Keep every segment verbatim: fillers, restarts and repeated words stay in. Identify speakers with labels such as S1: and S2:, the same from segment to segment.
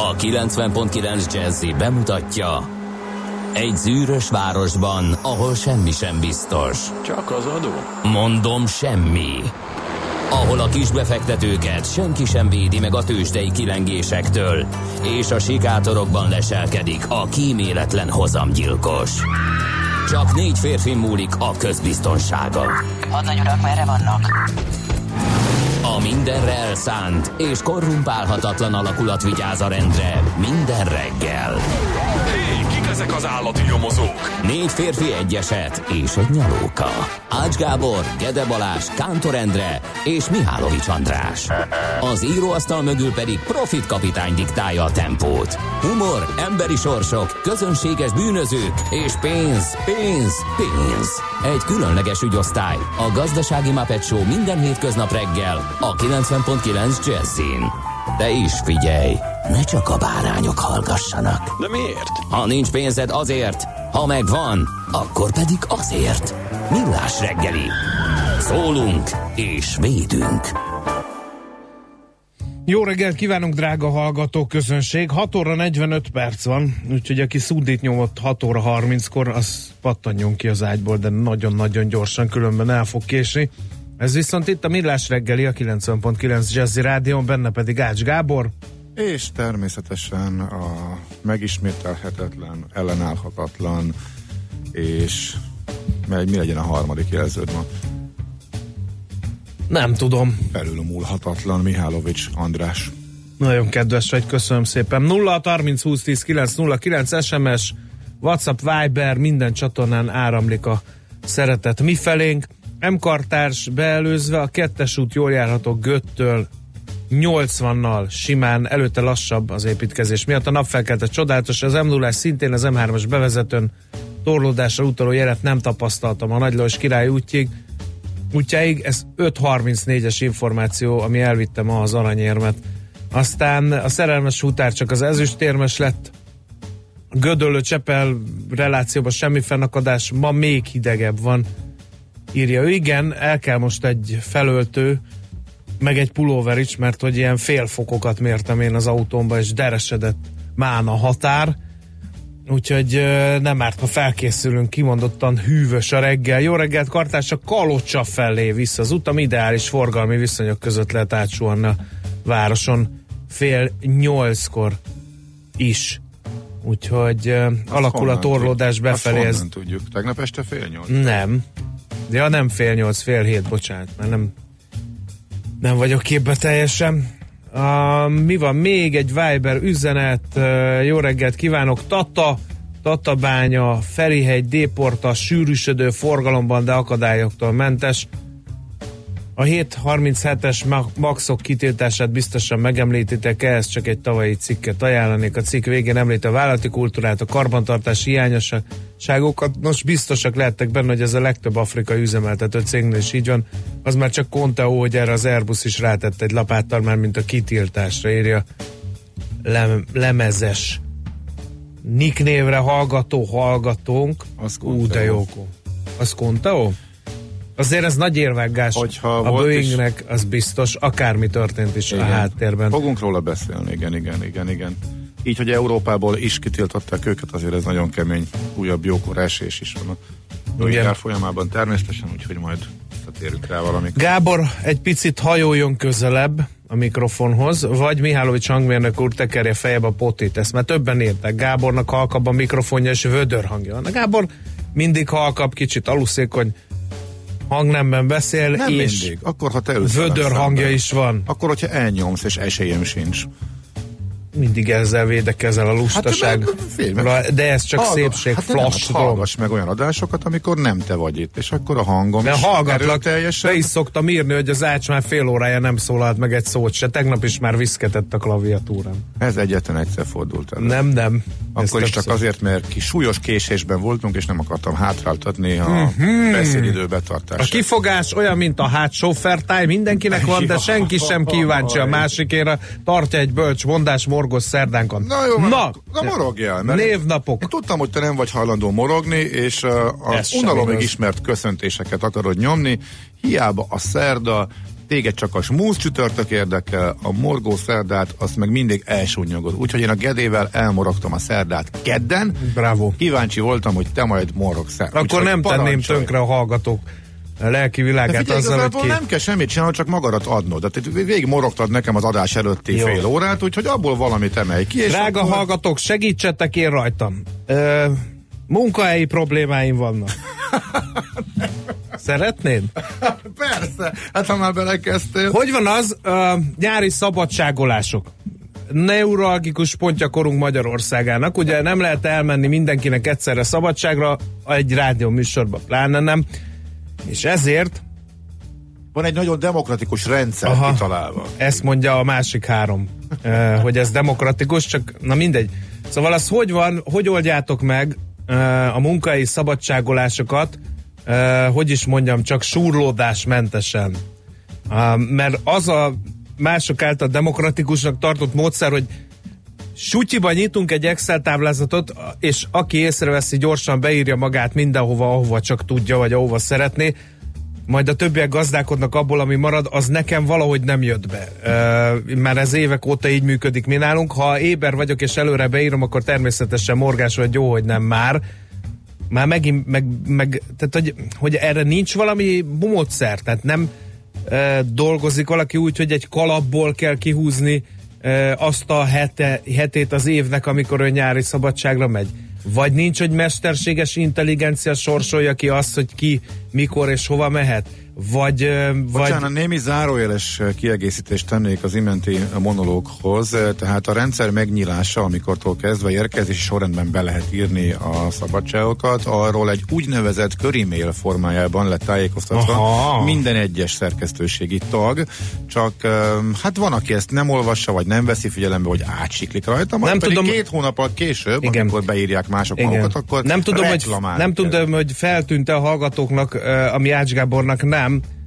S1: A kilencven pont kilenc Jazzy bemutatja: egy zűrös városban, ahol semmi sem biztos.
S2: Csak az adó?
S1: Mondom, semmi. Ahol a kisbefektetőket senki sem védi meg a tőzsdei kilengésektől, és a sikátorokban leselkedik a kíméletlen hozamgyilkos. Csak négy férfi múlik a közbiztonsága.
S3: Hadnagy urak, merre vannak?
S1: A mindenre elszánt és korrumpálhatatlan alakulat vigyáz a rendre minden reggel.
S2: Hé, kik ezek az állati nyomozók?
S1: Négy férfi, egy eset és egy nyalóka. Ács Gábor, Gede Balázs, Kántor Endre és Mihálovics András. Az íróasztal mögül pedig Profit kapitány diktálja a tempót. Humor, emberi sorsok, közönséges bűnözők és pénz, pénz, pénz. Egy különleges ügyosztály, a Gazdasági Muppet Show minden hétköznap reggel a kilencven pont kilenc Jazzyn. De is figyelj, ne csak a bárányok hallgassanak.
S2: De miért?
S1: Ha nincs pénzed, azért, ha megvan, akkor pedig azért. Millás reggeli. Szólunk és védünk.
S4: Jó reggelt kívánunk, drága hallgató közönség. hat óra negyvenöt perc van, úgyhogy aki szúdít nyomott hat óra harminckor, az pattanjon ki az ágyból, de nagyon-nagyon gyorsan, különben el fog késni. Ez viszont itt a Millás reggeli, a kilencven pont kilenc Jazzy Rádión, benne pedig Ács Gábor.
S5: És természetesen a megismételhetetlen, ellenállhatatlan, és mi legyen a harmadik jelződ ma?
S4: Nem tudom.
S5: Felülmúlhatatlan Mihálovics András.
S4: Nagyon kedves vagy, köszönöm szépen. nulla hat harminc húsz tíz kilenc nulla kilenc es em es, WhatsApp, Viber, minden csatornán áramlik a szeretet mifelénk. M-kartárs beelőzve, a kettes út jól járható Göttől nyolcvannal simán, előtte lassabb az építkezés miatt. A napfelkelte csodálatos, az em nullás szintén az em hármas bevezetőn torlódásra utaló jelet nem tapasztaltam a Nagy Lajos Király útjig. Útjáig, ez öt harmincnégyes információ, ami elvitte ma az aranyérmet. Aztán a szerelmes futár csak az ezüstérmes lett. Gödöllő-Csepel relációban semmi fennakadás, ma még hidegebb van, írja ő. Igen, el kell most egy felöltő, meg egy pulóver is, mert hogy ilyen fél fokokat mértem én az autómba, és deresedett mán a határ. Úgyhogy nem árt, ha felkészülünk, kimondottan hűvös a reggel. Jó reggelt, kartársak, Kalocsa felé vissza az utam, ideális forgalmi viszonyok között lehet átsuhanni a városon fél nyolckor is. Úgyhogy uh, alakul a torlódás befelé.
S5: Azt tudjuk? Tegnap este fél nyolc?
S4: Nem. Ja, nem fél nyolc, fél hét, bocsánat, mert nem, nem vagyok képbe teljesen. Uh, mi van? Még egy Viber üzenet. Uh, jó reggelt kívánok. Tata, Tatabánya, Ferihegy, D-porta, sűrűsödő forgalomban, de akadályoktól mentes. A hét harminchetes maxok kitiltását biztosan megemlítitek, ehhez csak egy tavalyi cikket ajánlanék. A cikk végén említi a vállalati kultúrát, a karbantartási hiányosságokat. Most biztosak lehettek benne, hogy ez a legtöbb afrikai üzemeltető cégnél is így van. Az már csak Conteo, hogy erre az Airbus is rátett egy lapáttal, már mint a kitiltásra, írja Lem- lemezes Nick névre hallgató hallgatónk. Ú, de jókó. Az Conteo? Azért ez nagy érvágás. Hogyha a Boeingnek is, az biztos, akármi történt is, igen, a háttérben.
S5: Fogunk róla beszélni, igen, igen, igen, igen. Így, hogy Európából is kitiltották őket, azért ez nagyon kemény, újabb jókor esés is van a Boeing folyamában természetesen, úgyhogy majd visszatérünk rá valamikor.
S4: Gábor, egy picit hajoljon közelebb a mikrofonhoz, vagy Mihálovics hangmérnök úr tekerje fejebe a potit. Ezt már többen írták. Gábornak halkabb a mikrofonja és vödör hangja van. A Gábor mindig halkabb, kicsit aluszékony hangnemben beszél,
S5: nem
S4: és
S5: mindig. Akkor, ha te
S4: vödör hangja is van.
S5: Akkor, hogyha elnyomsz, és esélyem sincs.
S4: Mindig ezzel védekezel a lustaság. Hát, de ez csak hallga, szépség, hát flash.
S5: Hát hallgass meg olyan adásokat, amikor nem te vagy itt, és akkor a hangom
S4: de
S5: is
S4: hallgatlak,
S5: teljesen.
S4: Be is szoktam írni, hogy az Ács már fél órája nem szólalt meg egy szót se. Tegnap is már viszketett a klaviatúrán.
S5: Ez egyetlen egyszer fordult elő.
S4: Nem, nem.
S5: Akkor is csak azért, mert ki súlyos késésben voltunk, és nem akartam hátráltatni a mm-hmm. beszédidő betartását.
S4: A kifogás olyan, mint a hátsó fair mindenkinek van, de senki sem kíváncsi a másikére. Tartja egy bölcs mondás, morgos szerdánkon.
S5: Na jó, na, na morogjál.
S4: Névnapok.
S5: Én tudtam, hogy te nem vagy hajlandó morogni, és uh, az unalomig ismert köszöntéseket akarod nyomni. Hiába a szerda, téged csak a smooth csütörtök érdekel, a morgó szerdát, azt meg mindig elsúnyogod. Úgyhogy én a Gedével elmorogtam a szerdát kedden.
S4: Bravo.
S5: Kíváncsi voltam, hogy te majd morogsz el.
S4: Akkor
S5: úgyhogy
S4: nem tenném
S5: parancsolj.
S4: tönkre a hallgatók a lelki világát
S5: figyelj,
S4: azzal, hogy ki...
S5: nem kell semmit csinálni, csak magadat adnod. Tehát végig morogtad nekem az adás előtti
S4: Jó.
S5: fél órát, úgyhogy abból valamit emelj ki. És
S4: Drága
S5: akkor...
S4: hallgatók, segítsetek én rajtam. Ö, munkahelyi problémáim vannak. Szeretnéd?
S5: Persze, hát ha már belekezdtél.
S4: Hogy van az ö, nyári szabadságolások? Neuralgikus pontja korunk Magyarországának. Ugye nem lehet elmenni mindenkinek egyszerre szabadságra, egy rádió műsorba pláne nem. És ezért
S5: Van egy nagyon demokratikus rendszer
S4: Aha,
S5: kitalálva.
S4: ezt mondja a másik három, uh, hogy ez demokratikus, csak na mindegy. Szóval az hogy van, hogy oldjátok meg uh, a munkai szabadságolásokat, uh, hogy is mondjam, csak súrlódásmentesen. Uh, mert az a mások által demokratikusnak tartott módszer, hogy sutyiba nyitunk egy Excel táblázatot, és aki észreveszi, gyorsan beírja magát mindenhova, ahova csak tudja, vagy ahova szeretné, majd a többiek gazdálkodnak abból, ami marad, az nekem valahogy nem jött be. Uh, már ez évek óta így működik mi nálunk. Ha éber vagyok és előre beírom, akkor természetesen morgás vagy jó, hogy nem már. Már megint, meg, meg tehát hogy, hogy erre nincs valami módszer, tehát nem uh, dolgozik valaki úgy, hogy egy kalapból kell kihúzni uh, azt a hete, hetét az évnek, amikor ő nyári szabadságra megy. Vagy nincs, hogy mesterséges intelligencia sorsolja ki azt, hogy ki, mikor és hova mehet. Vagy...
S5: Bocsánat,
S4: vagy...
S5: némi zárójeles kiegészítést tennék az iménti monológhoz, tehát a rendszer megnyilása, amikortól kezdve érkezési sorrendben be lehet írni a szabadságokat, arról egy úgynevezett körimél formájában lett tájékoztatva Aha. minden egyes szerkesztőségi tag, csak hát van, aki ezt nem olvassa, vagy nem veszi figyelembe, hogy átsiklik rajta, majd nem pedig tudom, két hónappal később, igen. amikor beírják mások igen. magukat, akkor
S4: nem tudom, hogy, nem tudom, hogy feltűnt-e a hallgatóknak, ami Ács Gábornak nem,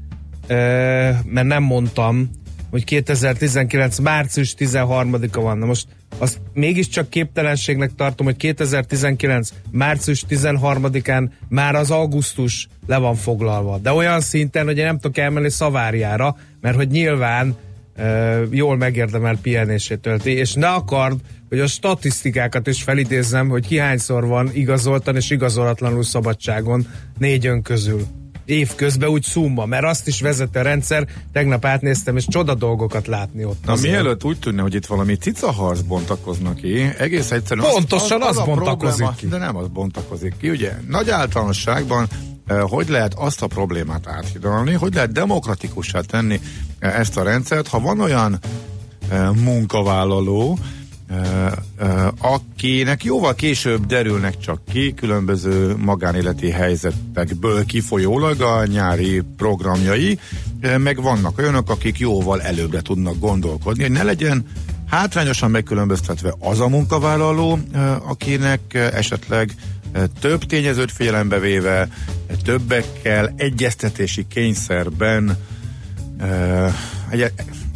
S4: mert nem mondtam, hogy kétezer-tizenkilenc március tizenharmadika van. Na most azt mégiscsak képtelenségnek tartom, hogy kétezer-tizenkilenc március tizenharmadikán már az augusztus le van foglalva. De olyan szinten, hogy én nem tudok elmenni Szaváriára, mert hogy nyilván uh, jól megérdemel pihenését tölti, és ne akard, hogy a statisztikákat is felidézzem, hogy ki hányszor van igazoltan és igazolatlanul szabadságon négyön közül. Év közben úgy szumma, mert azt is vezet a rendszer, tegnap átnéztem, és csoda dolgokat látni ott.
S5: Na mielőtt úgy tűnne, hogy itt valami cicaharc bontakoznak ki, egész egyszerűen
S4: pontosan az, az, az, az bontakozik
S5: probléma,
S4: ki.
S5: De nem az bontakozik ki, ugye? Nagy általánosságban eh, hogy lehet azt a problémát áthidalni, hogy lehet demokratikussá tenni eh, ezt a rendszert, ha van olyan eh, munkavállaló, Uh, uh, akinek jóval később derülnek csak ki különböző magánéleti helyzetekből kifolyólag a nyári programjai, uh, meg vannak olyanok, akik jóval előbbre tudnak gondolkodni, hogy ne legyen hátrányosan megkülönböztetve az a munkavállaló, uh, akinek uh, esetleg uh, több tényezőt figyelembe véve, uh, többekkel egyeztetési kényszerben uh, egy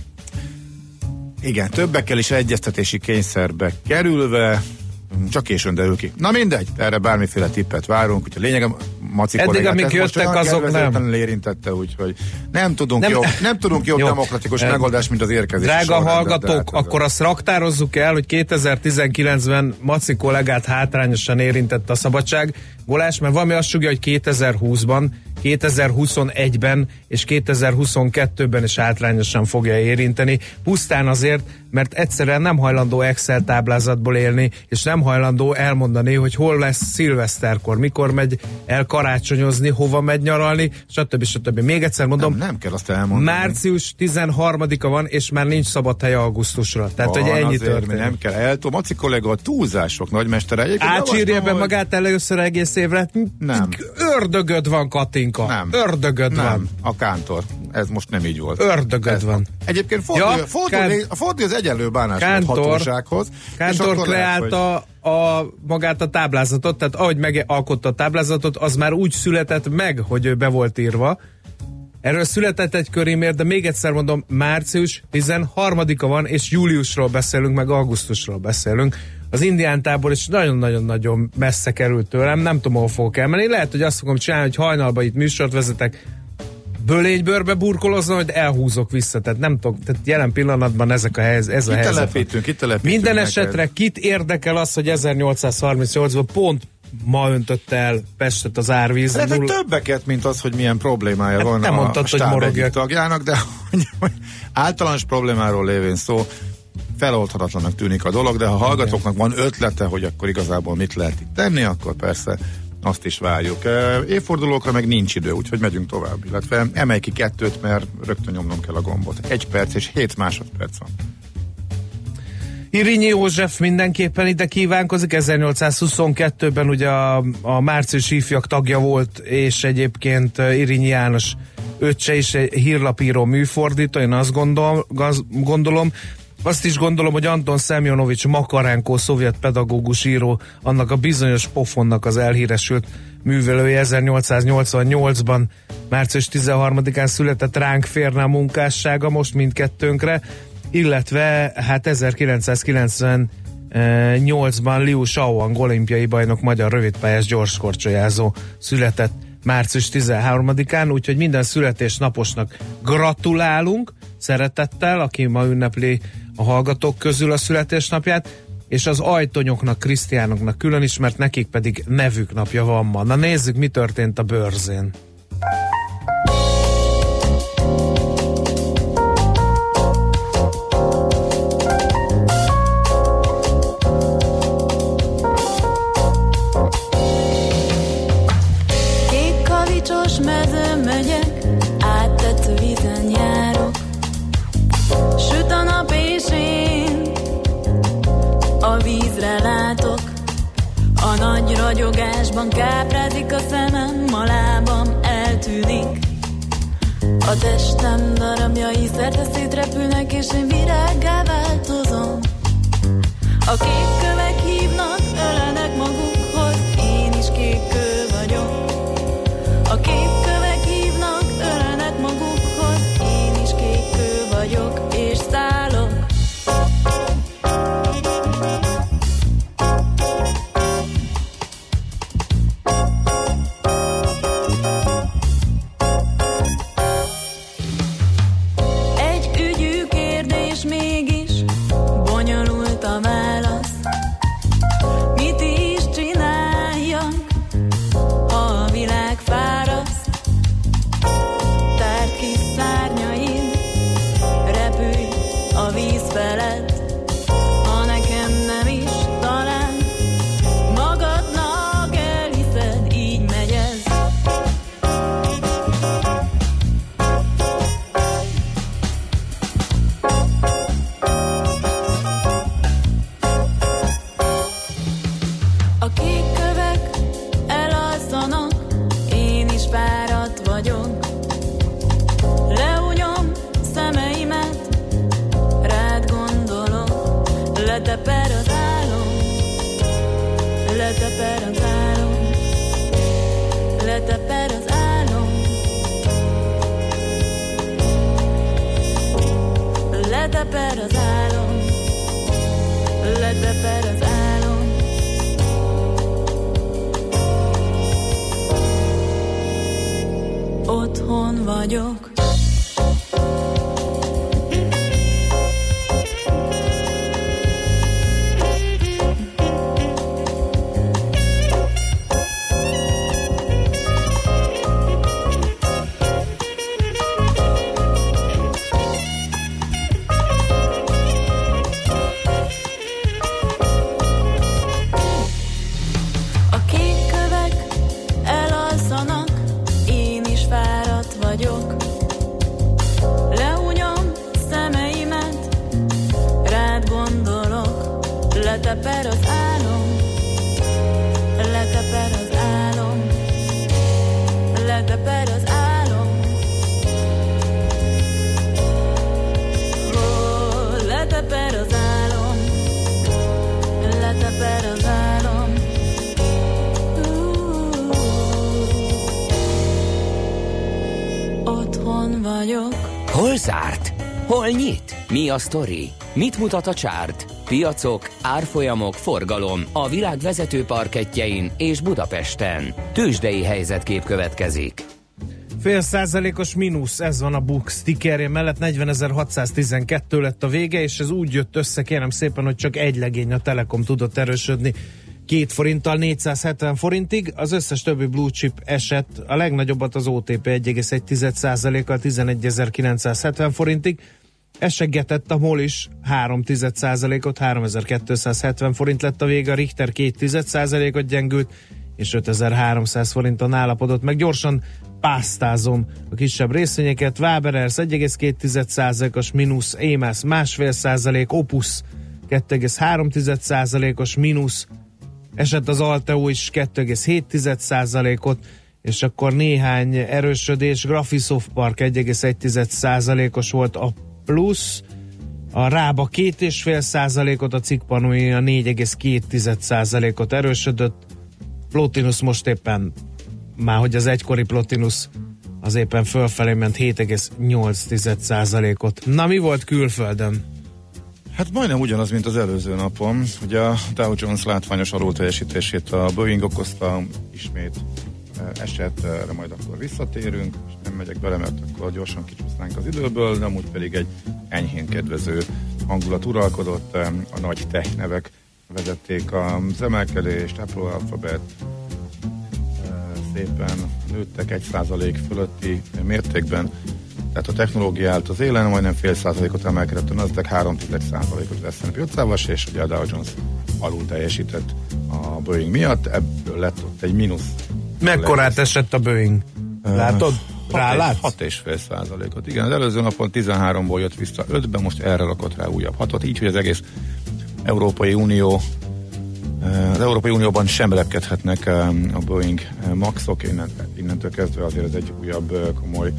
S5: Igen, többekkel is egyeztetési kényszerbe kerülve, csak későn derül ki. Na mindegy, erre bármiféle tippet várunk, úgyhogy lényeg a Maci
S4: eddig, amik jöttek, azok nem.
S5: érintette, úgyhogy nem tudunk
S4: nem.
S5: jobb, nem tudunk jobb
S4: Jó.
S5: demokratikus megoldást, mint az érkezés.
S4: Drága hallgatók, akkor azt raktározzuk el, hogy kétezer-tizenkilencben Maci kollégát hátrányosan érintette a szabadságolás, mert valami azt sugja, hogy kétezer-húszban, kétezer-huszonegyben és kétezer-huszonkettőben is hátrányosan fogja érinteni, pusztán azért, mert egyszerűen nem hajlandó Excel táblázatból élni, és nem hajlandó elmondani, hogy hol lesz szilveszterkor, mikor megy el karácsonyozni, hova megy nyaralni, stb. stb. Még egyszer mondom,
S5: nem, nem kell azt elmondani.
S4: március tizenharmadika van, és már nincs szabad hely augusztusra. Tehát,
S5: van,
S4: hogy ennyi
S5: azért,
S4: történik.
S5: Nem kell eltó. Maci kollega a túlzások nagymestere.
S4: Átsírja be magát először egész évre?
S5: Nem.
S4: Ördögöd van, Katinka.
S5: Nem.
S4: Ördögöd
S5: nem.
S4: van.
S5: A Kántor. Ez most nem így volt.
S4: Ördögöd
S5: Ez
S4: van.
S5: Egyébként fordul,
S4: Ja,
S5: fordul,
S4: Kán...
S5: fordul az egyenlő bánásmód
S4: Kántor,
S5: hatósághoz.
S4: Kántor kreálta hogy... a, magát a táblázatot, tehát ahogy megalkotta a táblázatot, az már úgy született meg, hogy ő be volt írva. Erről született egy körimér, de még egyszer mondom, március tizenharmadika van, és júliusról beszélünk, meg augusztusról beszélünk. Az indián tábor is nagyon-nagyon-nagyon messze került tőlem, nem tudom, hol fogok elmenni. Lehet, hogy azt fogom csinálni, hogy hajnalban itt műsort vezetek, bölénybőrbe burkolozna, hogy elhúzok vissza. Tehát nem tudok, tehát jelen pillanatban ezek a helyz, ez a helyzet.
S5: Telepítünk, itt telepítünk.
S4: Minden esetre kit érdekel az, hogy ezernyolcszázharmincnyolcban pont ma öntötte el Pestet az árvíz.
S5: Ez egy többeket, mint az, hogy milyen problémája hát van
S4: nem
S5: a,
S4: mondtad,
S5: a stáb egyik
S4: hogy
S5: tagjának, de hogy, hogy általános problémáról lévén szó, feloldhatatlanak tűnik a dolog, de ha hallgatóknak van ötlete, hogy akkor igazából mit lehet itt tenni, akkor persze azt is várjuk. Évfordulókra meg nincs idő, úgyhogy megyünk tovább. Illetve emelj ki kettőt, mert rögtön nyomnom kell a gombot. Egy perc és hét másodperc van.
S4: Irinyi József mindenképpen ide kívánkozik, ezernyolcszázhuszonkettőben ugye a, a március ifjak tagja volt, és egyébként Irinyi János öccse is egy hírlapíró műfordító, én azt gondol, gaz, gondolom. Azt is gondolom, hogy Anton Szemjonovics Makarenko, szovjet pedagógus író, annak a bizonyos pofonnak az elhíresült művelője, ezernyolcszáznyolcvannyolcban március tizenharmadikán született, ránk férne a munkássága most mindkettőnkre, illetve hát ezerkilencszázkilencvennyolcban Liu Shaoang olimpiai bajnok, magyar rövidpályás gyorskorcsolyázó született március tizenharmadikán, úgyhogy minden születésnaposnak gratulálunk szeretettel, aki ma ünnepli a hallgatók közül a születésnapját, és az ajtonyoknak, Krisztiánoknak külön is, mert nekik pedig nevük napja van ma. Na nézzük, mi történt a bőrzén.
S6: Kék kavicsos mezőn megyek, áttetsző vízen járok, süt a nap és én a vízre látok. A nagy ragyogásban káprázik a szemem, a lábam eltűnik. A testem darabjai szerte szétrepülnek, és én virággá változom. A kék kövek hívnak, ölelnek magukhoz, én is kék kő vagyok. A kék kövek hívnak, ölelnek magukhoz, én is kék kő vagyok, és szállok. Otthon vagyok. Leteper az álom, leteper az álom, leteper az álom, oh, leteper az álom, leteper az álom. Uh, otthon vagyok.
S1: Hol zárt? Hol nyit? Mi a sztori? Mit mutat a csárt? Piacok, árfolyamok, forgalom a világ vezető parkettjein és Budapesten. Tőzsdei helyzetkép következik.
S4: Fél százalékos mínusz, ez van a Bux tickerje mellett, negyvenezer-hatszáztizenkettő lett a vége, és ez úgy jött össze, kérem szépen, hogy csak egy legény, a Telekom tudott erősödni két forinttal, négyszázhetven forintig, az összes többi blue chip esett, a legnagyobbat az o té pé egy egész egy százalékkal tizenegyezer-kilencszázhetven forintig, eseggetett a MOL is három százalékot, háromezer-kétszázhetven forint lett a vége, a Richter két százalékot gyengült, és ötezer-háromszáz forinton állapodott meg. Gyorsan pásztázom a kisebb részvényeket. Waberers egy egész két százalékos mínusz, Émász másfél százalék, Opus kettő egész három százalékos mínusz, esett az Alteo is kettő egész hét százalékot, és akkor néhány erősödés. Graphisoft Park egy egész egy százalékos volt a plusz, a Rába két egész öt százalékot, a Cikkpanui a négy egész két százalékot erősödött. Plotinus most éppen, már hogy az egykori Plotinus az éppen fölfelé ment hét egész nyolc százalékot. Na, mi volt külföldön?
S5: Hát majdnem ugyanaz, mint az előző napon. Ugye a Dow Jones látványos alulteljesítését a Boeing okozta, ismét esett, erre majd akkor visszatérünk, és nem megyek bele, mert akkor gyorsan kicsúsznánk az időből, de amúgy pedig egy enyhén kedvező hangulat uralkodott, a nagy tech nevek vezették az emelkedést, Apple, Alphabet szépen nőttek egy százalék fölötti mértékben, tehát a technológia állt az élen, majdnem fél százalékot emelkedett a Nasdaq, három százalékot az es and pé ötszázas, és ugye a Dow Jones alul teljesített a Boeing miatt, ebből lett ott egy mínusz.
S4: Mekkorát esett a Boeing? Látod? Rálátsz?
S5: hat egész öt százalékot. Igen, az előző napon tizenháromból jött vissza ötben, most erre rakott rá újabb hatot, így, hogy az egész Európai Unió az Európai Unióban sem lepkedhetnek a Boeing Maxok, innentől kezdve azért ez egy újabb komoly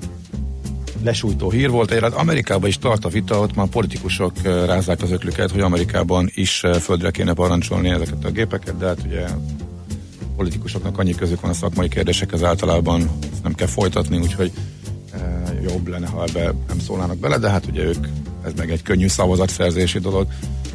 S5: lesújtó hír volt. Egyre Amerikában is tart a vita, ott már politikusok rázzák az öklüket, hogy Amerikában is földre kéne parancsolni ezeket a gépeket, de hát ugye politikusoknak annyi közük van a szakmai kérdésekhez, általában ezt nem kell folytatni, úgyhogy e, jobb lenne, ha ebbe nem szólnának bele, de hát ugye ők, ez meg egy könnyű szavazatszerzési dolog.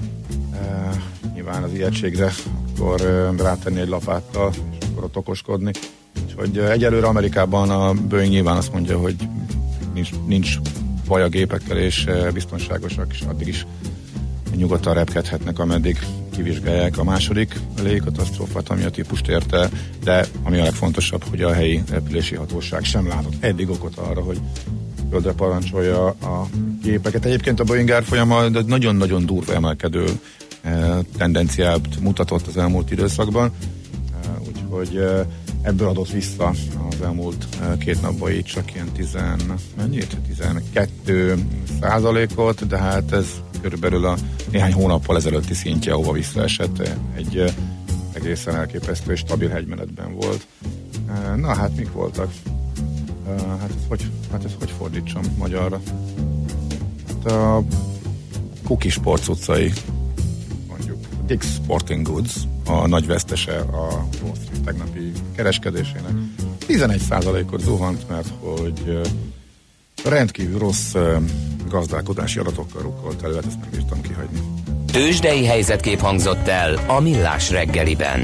S5: E, nyilván az ijegységre akkor e, rátenni egy lapáttal, és akkor ott okoskodni. Úgyhogy e, egyelőre Amerikában a Boeing nyilván azt mondja, hogy nincs, nincs baj a gépekkel, és e, biztonságosak, és addig is nyugodtan repkedhetnek, ameddig kivizsgálják a második légikatasztrófát, ami a típust érte, de ami a legfontosabb, hogy a helyi repülési hatóság sem látott eddig okot arra, hogy földre parancsolja a gépeket. Egyébként a Boeing árfolyama nagyon-nagyon durva emelkedő eh, tendenciát mutatott az elmúlt időszakban, eh, úgyhogy eh, ebből adott vissza az elmúlt eh, két napban így csak ilyen tizen, mennyit? tizenkettő százalékot, de hát ez körülbelül a néhány hónappal ezelőtti szintje, ahova visszaesett, egy egészen elképesztő és stabil hegymenetben volt. Na hát mik voltak? Hát ezt hogy, hát ezt hogy fordítsam magyarra? Hát a Cookie Sports utcai, mondjuk Dick's Sporting Goods, a nagy vesztese a Wall Street tegnapi kereskedésének. tizenegy százalékot zuhant, mert hogy rendkívül rossz gazdálkodási adatokkal rukkolt elő, ezt nem bírtam kihagyni.
S1: Tőzsdei helyzetkép hangzott el a Millás reggeliben.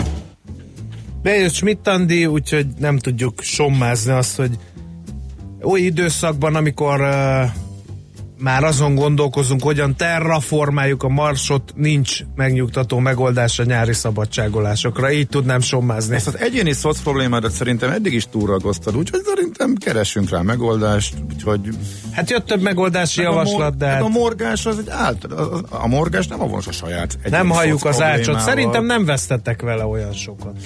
S4: Bejött Schmidt-Andi, úgyhogy nem tudjuk sommázni azt, hogy oly időszakban, amikor uh, már azon gondolkozunk, hogyan terraformáljuk a Marsot, nincs megnyugtató megoldás a nyári szabadságolásokra. Így tudnám sommázni.
S5: Ezt az egyéni szoc problémádat szerintem eddig is túlragoztad, úgyhogy szerintem keressünk rá megoldást, úgyhogy...
S4: Hát jött több megoldási meg javaslat, a mor- de... Hát...
S5: A morgás az egy által... A, a morgás nem avons a saját
S4: nem halljuk az ácsot. Szerintem nem vesztettek vele olyan sokat.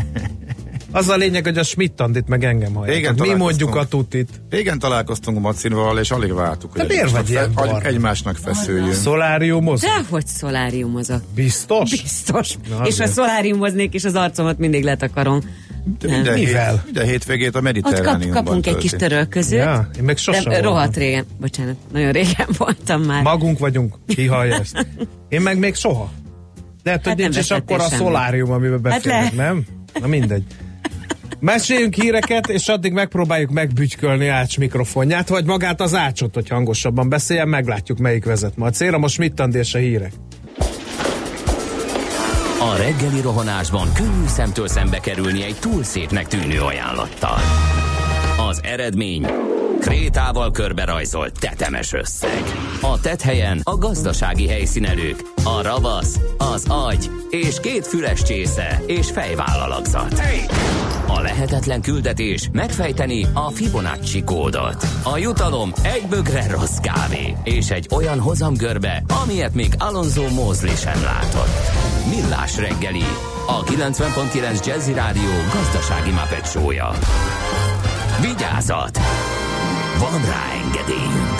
S4: Az a lényeg, hogy a Schmidt-Andit meg engem hallják. Mi mondjuk a tutit.
S5: Régen találkoztunk a Macinval, és alig vártuk,
S4: hogy miért vagy ilyen
S5: fe, egymásnak feszüljünk.
S4: Szoláriumozok?
S7: Dehogy szoláriumozok.
S4: Biztos?
S7: Biztos. Na, és ha szoláriumoznék, és az arcomat mindig letakarom.
S5: Minden, Mivel? Hét, minden hétvégét a Mediterrániumban
S7: Ott kap, kapunk tölti. Egy kis törölközőt.
S4: Ja, én meg sosem
S7: de rohadt régen. Bocsánat, nagyon régen voltam már.
S4: Magunk vagyunk, ki hallja ezt. Én meg még soha. Lehet, hogy hát nincs is akkor a szolárium, amiben beszélnek, hát nem? Na mindegy. Meséljünk híreket, és addig megpróbáljuk megbügykölni Ács mikrofonját, vagy magát az Ácsot, hogy hangosabban beszéljen, meglátjuk, melyik vezet ma a célra. Most Schmidt-Andi és a hírek.
S1: A reggeli rohanásban könnyű szemtől szembe kerülni egy túl szépnek tűnő ajánlattal. Az eredmény krétával körberajzolt tetemes összeg. A tetthelyen a gazdasági helyszínelők, a ravasz, az agy és két füles csésze és fejvállalakzat. A lehetetlen küldetés megfejteni a Fibonacci kódot. A jutalom egy bögre rossz kávé és egy olyan hozamgörbe, amilyet még Alonso Mosley sem látott. Millás reggeli, a kilencven pont kilenc Jazzy Rádió gazdasági Muppet show-ja. Vigyázat! Van rá engedélyünk!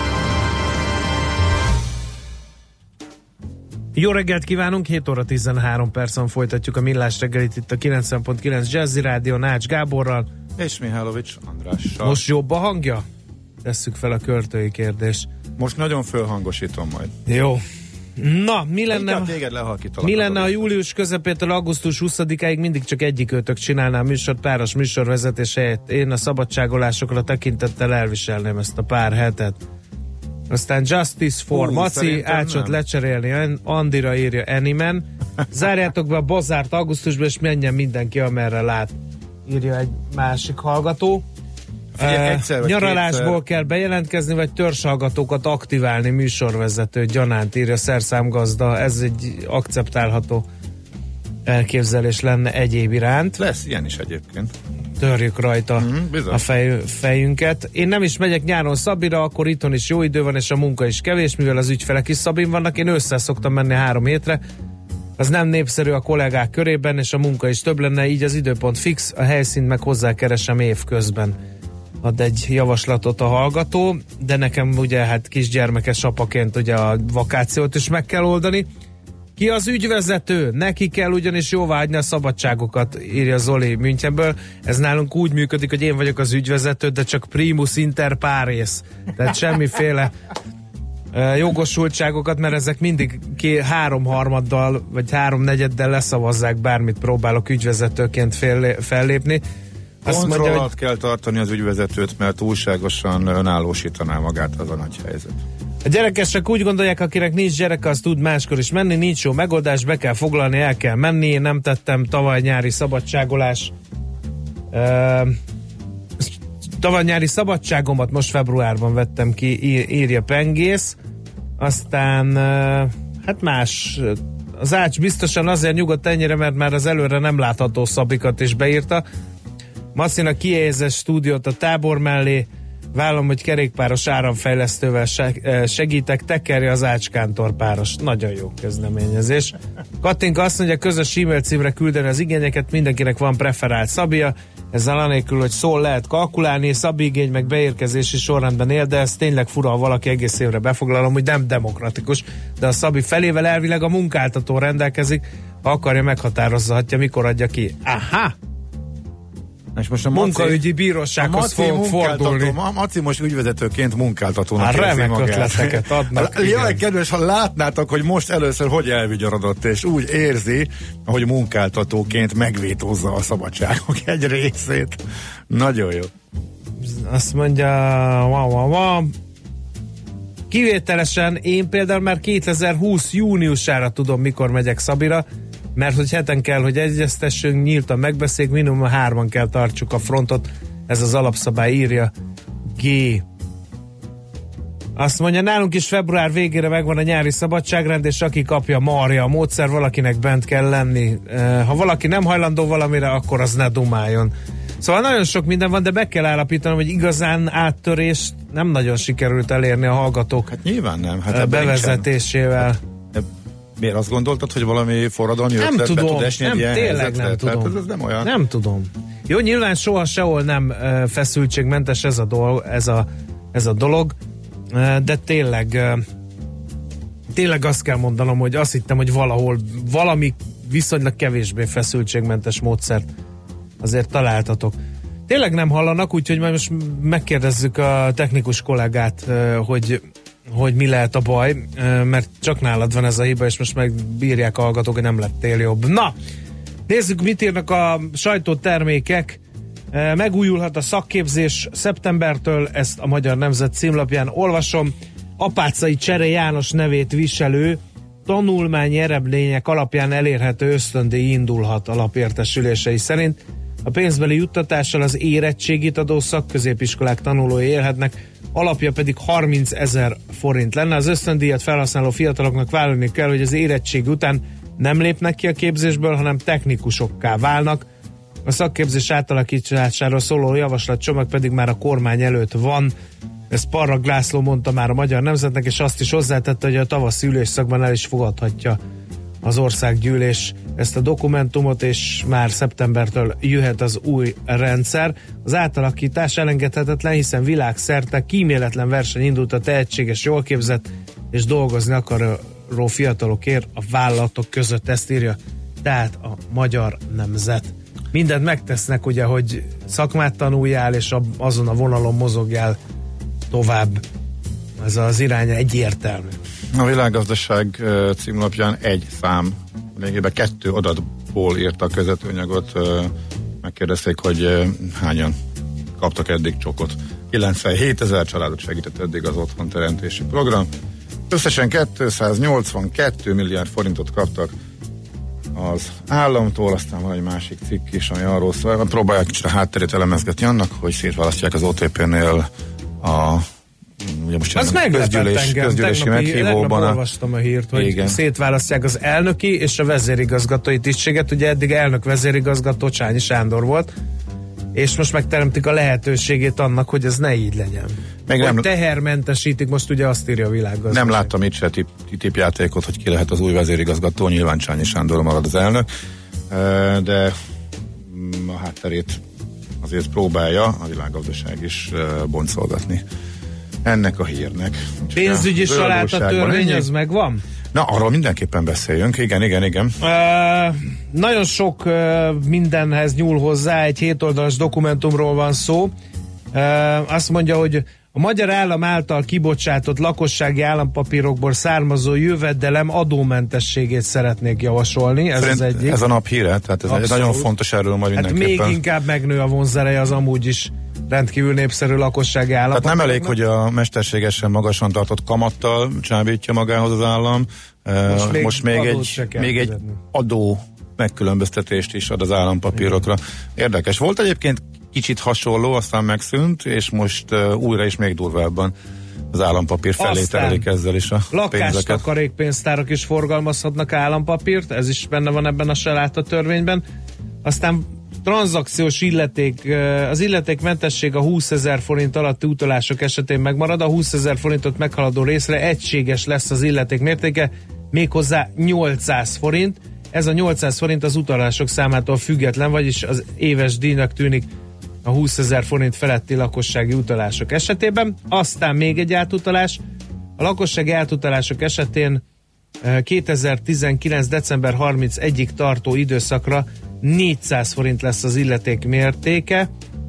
S4: Jó reggelt kívánunk, hét óra tizenhárom percen folytatjuk a Millás reggelit itt a kilencven pont kilenc Jazzy Rádió Nács Gáborral.
S5: És Mihálovics Andrással.
S4: Most jobb a hangja? Tesszük fel a költői kérdést.
S5: Most nagyon fölhangosítom majd.
S4: Jó. Na, mi lenne, mi lenne a július közepétől augusztus huszadikáig mindig csak egyik őtök csinálná a műsort, páros műsorvezetés helyett. Én a szabadságolásokra tekintettel elviselném ezt a pár hetet. Aztán Justice for Hú, Maci, Ácsot lecserélni Andira, írja Animan. Zárjátok be a bazárt augusztusban, és menjen mindenki, amerre lát, írja egy másik hallgató.
S5: Figyelj, egyszer,
S4: uh, nyaralásból kétszer. Kell bejelentkezni, vagy törzshallgatókat aktiválni, műsorvezető gyanánt, írja Szerszámgazda. Ez egy akceptálható elképzelés lenne egyéb iránt.
S5: Lesz ilyen is egyébként.
S4: Törjük rajta mm, a fej, fejünket. Én nem is megyek nyáron Szabira, akkor itthon is jó idő van, és a munka is kevés, mivel az ügyfelek is Szabin vannak. Én ősszel szoktam menni három hétre. Az nem népszerű a kollégák körében, és a munka is több lenne, így az időpont fix, a helyszínt meg hozzákeresem évközben. Ad egy javaslatot a hallgató, de nekem ugye hát kisgyermekes apaként ugye a vakációt is meg kell oldani. Ki az ügyvezető? Neki kell ugyanis jóváhagyni a szabadságokat, írja Zoli Münchenből. Ez nálunk úgy működik, hogy én vagyok az ügyvezető, de csak primus inter pares. Tehát semmiféle uh, jogosultságokat, mert ezek mindig ké, háromharmaddal vagy háromnegyeddel leszavazzák, bármit próbálok ügyvezetőként fél, fellépni.
S5: Kontroll alatt hogy... kell tartani az ügyvezetőt, mert túlságosan önállósítaná magát az a nagy helyzet.
S4: A gyerekesek úgy gondolják, akinek nincs gyereke, az tud máskor is menni, nincs jó megoldás, be kell foglalni, el kell menni. Én nem tettem tavaly nyári szabadságolás. Uh, tavaly nyári szabadságomat most februárban vettem ki, ír, írja Pengész. Aztán uh, hát más. Az Ács biztosan azért nyugodt ennyire, mert már az előre nem látható szabikat is beírta. Masszinak kiézes stúdiót a tábor mellé, vállalom, hogy kerékpáros áramfejlesztővel segítek, tekerje az Ács-Kántor-páros. Nagyon jó kezdeményezés. Katinka azt mondja, közös e-mail címre küldeni az igényeket, mindenkinek van preferált szabia, ezzel anélkül, hogy szól lehet kalkulálni, szabi igény meg beérkezési sorrendben él, de ez tényleg fura, ha valaki egész évre befoglalom, hogy nem demokratikus, de a szabi felével elvileg a munkáltató rendelkezik, ha akarja, meghatározhatja, mikor adja ki. Aha!
S5: És most a
S4: munkaügyi bírósághoz fogunk fordulni.
S5: A Maci most ügyvezetőként munkáltatónak
S4: érzi magát. Remek ötleteket adnak.
S5: Jaj, kedves, ha látnátok, hogy most először hogy elvigyorodott, és úgy érzi, hogy munkáltatóként megvétózza a szabadságok egy részét. Nagyon jó.
S4: Azt mondja, wow, wow, wow. Kivételesen én például már kétezer-húsz júniusára tudom, mikor megyek Szabira, mert hogy heten kell, hogy egyeztessünk, nyíltan megbeszéljük, minimum hárman kell tartsuk a frontot, ez az alapszabály, írja G. Azt mondja, nálunk is február végére megvan a nyári szabadságrend, és aki kapja, marja a módszer, valakinek bent kell lenni. Ha valaki nem hajlandó valamire, akkor az ne dumáljon. Szóval nagyon sok minden van, de be kell állapítanom, hogy igazán áttörést nem nagyon sikerült elérni a hallgatók
S5: hát nyilván nem. Hát
S4: bevezetésével. Hát,
S5: miért azt gondoltad, hogy valami forradalmi ötletbe tud esni
S4: nem,
S5: egy ilyen
S4: tényleg
S5: helyzetre?
S4: nem tudom.
S5: Hát ez, ez nem olyan.
S4: Nem tudom. Jó, nyilván soha sehol nem uh, feszültségmentes ez a, dolog, ez, a, ez a dolog, uh, de tényleg uh, tényleg azt kell mondanom, hogy azt hittem, hogy valahol valami viszonylag kevésbé feszültségmentes módszert azért találtatok. Tényleg nem hallanak, úgyhogy majd most megkérdezzük a technikus kollégát, uh, hogy hogy mi lehet a baj, mert csak nálad van ez a hiba, és most megbírják a hallgatók, hogy nem lettél jobb. Na, nézzük, mit írnak a sajtótermékek. Megújulhat a szakképzés szeptembertől, ezt a Magyar Nemzet címlapján olvasom. Apáczai Csere János nevét viselő tanulmányi eredmények alapján elérhető ösztöndíj indulhat alapértesülései szerint. A pénzbeli juttatással az érettségit adó szakközépiskolák tanulói élhetnek, alapja pedig harmincezer forint lenne. Az ösztöndíjat felhasználó fiataloknak vállalni kell, hogy az érettség után nem lépnek ki a képzésből, hanem technikusokká válnak. A szakképzés átalakításáról szóló javaslatcsomag pedig már a kormány előtt van. Ezt Parrag László mondta már a Magyar Nemzetnek, és azt is hozzátette, hogy a tavaszi ülésszakban el is fogadhatja az országgyűlés ezt a dokumentumot, és már szeptembertől jöhet az új rendszer. Az átalakítás elengedhetetlen, hiszen világszerte kíméletlen verseny indult a tehetséges, jól képzett és dolgozni akaró fiatalokért a vállalatok között, ezt írja tehát a Magyar Nemzet. Mindent megtesznek, ugye, hogy szakmát tanuljál, és azon a vonalon mozogjál tovább. Ez az irány egyértelmű.
S5: A Világgazdaság címlapján egy szám, lényegében kettő adatból írta a közvetőanyagot, megkérdezték, hogy hányan kaptak eddig csokot. kilencvenhétezer családot segített eddig az otthonteremtési program. Összesen kétszáznyolcvankettő milliárd forintot kaptak az államtól, aztán van egy másik cikk is, ami arról szól, próbálják kicsit a hátterét elemezgetni annak, hogy szétválasztják az o té pé-nél a ugye most
S4: az meglepett engem,
S5: közgyűlési meghívóban.
S4: A, olvastam a hírt, hogy igen, szétválasztják az elnöki és a vezérigazgatói tisztséget. Ugye eddig elnök vezérigazgató Csányi Sándor volt, és most megteremtik a lehetőségét annak, hogy ez ne így legyen. Meg hogy nem, tehermentesítik, most ugye azt írja a Világgazdaság.
S5: Nem láttam itt se tip, tipjátékot, hogy ki lehet az új vezérigazgató, nyilván Csányi Sándor marad az elnök, de a hátterét azért próbálja a Világgazdaság is boncolgatni ennek a hírnek.
S4: Pénzügyi saláta törvény, az megvan?
S5: Na, arról mindenképpen beszéljünk, igen, igen, igen.
S4: Uh, nagyon sok uh, mindenhez nyúl hozzá, egy hétoldalas dokumentumról van szó. Uh, azt mondja, hogy a magyar állam által kibocsátott lakossági állampapírokból származó jövedelem adómentességét szeretnék javasolni. Ez Szerint az egyik.
S5: Ez a nap híre, tehát ez egy nagyon fontos, erről majd mindenképpen.
S4: Hát még inkább megnő a vonzereje az amúgy is rendkívül népszerű lakossági állampapíroknak.
S5: Tehát nem elég, hogy a mesterségesen magasan tartott kamattal csábítja magához az állam, most még, most még egy, még egy adó megkülönböztetést is ad az állampapírokra. Érdekes. Volt egyébként kicsit hasonló, aztán megszűnt, és most uh, újra is még durvábban az állampapír felé terelik ezzel is a pénzeket.
S4: Lakástakarékpénztárak is forgalmazhatnak állampapírt, ez is benne van ebben a saláta törvényben. Aztán tranzakciós illeték, az illetékmentesség a húszezer forint alatti utalások esetén megmarad, a húszezer forintot meghaladó részre egységes lesz az illeték mértéke, méghozzá nyolcszáz forint. Ez a nyolcszáz forint az utalások számától független, vagyis az éves díjnak tűnik a húszezer forint feletti lakossági utalások esetében. Aztán még egy átutalás. A lakossági átutalások esetén kétezer-tizenkilenc. december harmincegyedikéig tartó időszakra négyszáz forint lesz az illeték mértéke,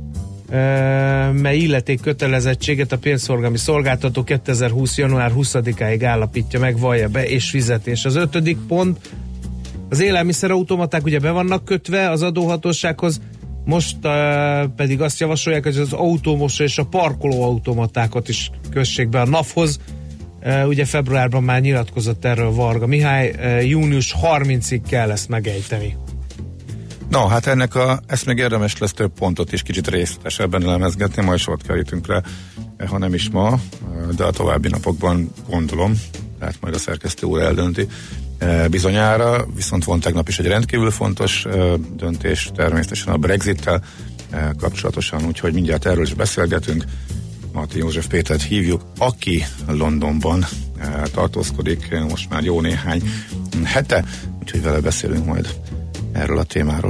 S4: mely illeték kötelezettséget a pénzforgalmi szolgáltató kétezer-húsz. január huszadikáig állapítja meg, vallja be és fizetés. Az ötödik pont, az élelmiszerautomaták ugye be vannak kötve az adóhatósághoz, most uh, pedig azt javasolják, hogy az autómosó és a parkolóautomatákat is kössék be a NAV-hoz. Uh, ugye februárban már nyilatkozott erről Varga Mihály, uh, június harmincadikáig kell ezt megejteni.
S5: No, hát ennek a, ezt még érdemes lesz több pontot is kicsit részletesebben elemezgetni, majd sort kerítünk rá, ha nem is ma, de a további napokban gondolom, tehát majd a szerkesztő úr eldönti bizonyára, viszont van tegnap is egy rendkívül fontos döntés, természetesen a Brexittel kapcsolatosan, úgyhogy mindjárt erről is beszélgetünk. Martin József Pétert hívjuk, aki Londonban tartózkodik most már jó néhány hete, úgyhogy vele beszélünk majd erről a témáról.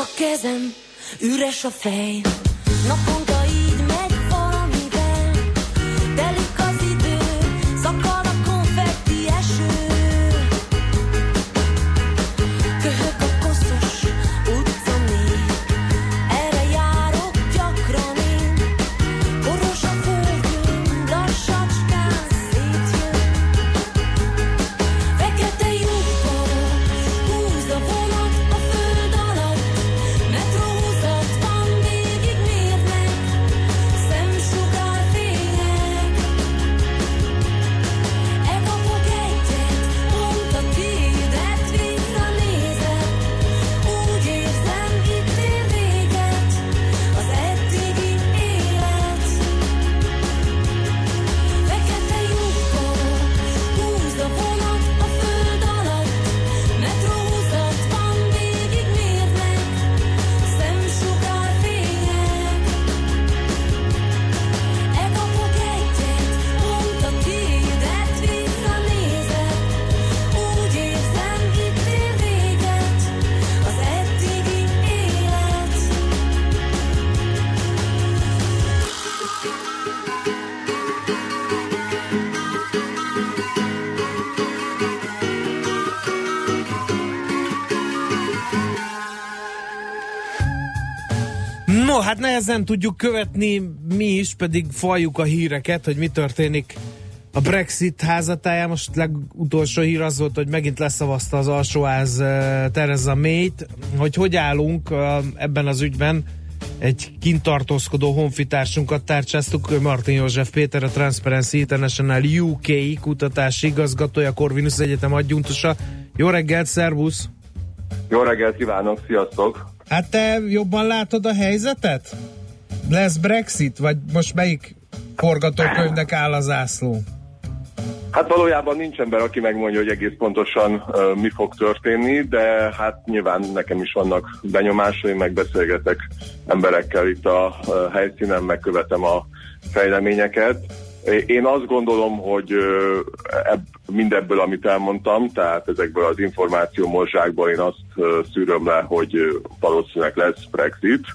S6: a kezem, üres a fej. Naponta így megy valamivel, telik az idő, szakad a konfetti eső. Köhög a koszos utca még, erre járok gyakran én. Boros a földjön, lassacskán szétjön. Fekete lyukbaros, húz a vonat a föld alatt. Metróhúzat van, végig mérnek szemsugárfények. Elkapok egyet, pont a tiédet visszanézek. Úgy érzem, itt ér véget az eddigi élet. Fekete lyukbaros, húz a vonat a föld alatt. Metróhúzat van, végig mérnek szemsugárfények. Elkapok egyet, pont a tiédet visszanézek. Úgy érzem, itt ér véget az eddigi élet.
S4: No, hát nehezen tudjuk követni mi is, pedig falljuk a híreket, hogy mi történik a Brexit házatáján. Most legutolsó hír az volt, hogy megint leszavazta az alsóház uh, Theresa May-t. Hogy hogy állunk uh, ebben az ügyben, egy kint tartózkodó honfitársunkat tárcsáztuk, Martin József Péter, a Transparency International U K kutatási igazgatója, Corvinus Egyetem adjunktusa. Jó reggelt, szervusz!
S8: Jó reggelt kívánok, sziasztok!
S4: Hát te jobban látod a helyzetet? Lesz Brexit, vagy most melyik forgatókönyvnek áll a zászló?
S8: Hát valójában nincs ember, aki megmondja, hogy egész pontosan uh, mi fog történni, de hát nyilván nekem is vannak benyomásaim, megbeszélgetek emberekkel itt a uh, helyszínen, megkövetem a fejleményeket. Én azt gondolom, hogy uh, ebb, mindebből, amit elmondtam, tehát ezekből az információ morzsákból én azt uh, szűröm le, hogy uh, valószínűleg lesz Brexit,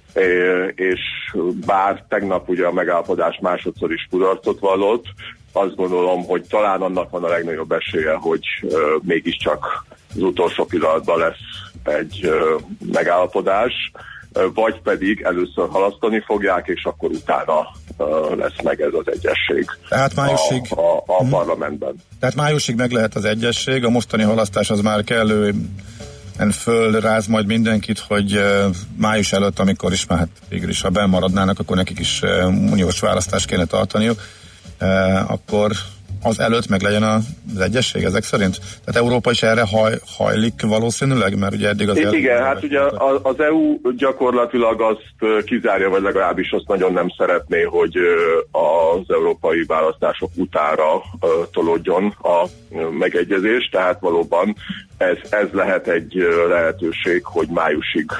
S8: és bár tegnap ugye a megállapodás másodszor is kudarcot vallott, azt gondolom, hogy talán annak van a legnagyobb esélye, hogy uh, mégiscsak az utolsó pillanatban lesz egy uh, megállapodás, uh, vagy pedig először halasztani fogják, és akkor utána uh, lesz meg ez az egyesség
S5: Tehát májusig,
S8: a, a, a hmm. parlamentben.
S5: Tehát májusig meg lehet az egyesség, a mostani halasztás az már kellő fölráz majd mindenkit, hogy uh, május előtt, amikor is már hát végül is, ha benn maradnának, akkor nekik is uh, uniós választást kéne tartaniuk, uh, akkor az előtt meg legyen az egyesség ezek szerint? Tehát Európa is erre haj, hajlik valószínűleg, mert ugye eddig az...
S8: Igen, igen hát ugye az é u gyakorlatilag azt kizárja, vagy legalábbis azt nagyon nem szeretné, hogy az európai választások utára tolódjon a megegyezés, tehát valóban ez, ez lehet egy lehetőség, hogy májusig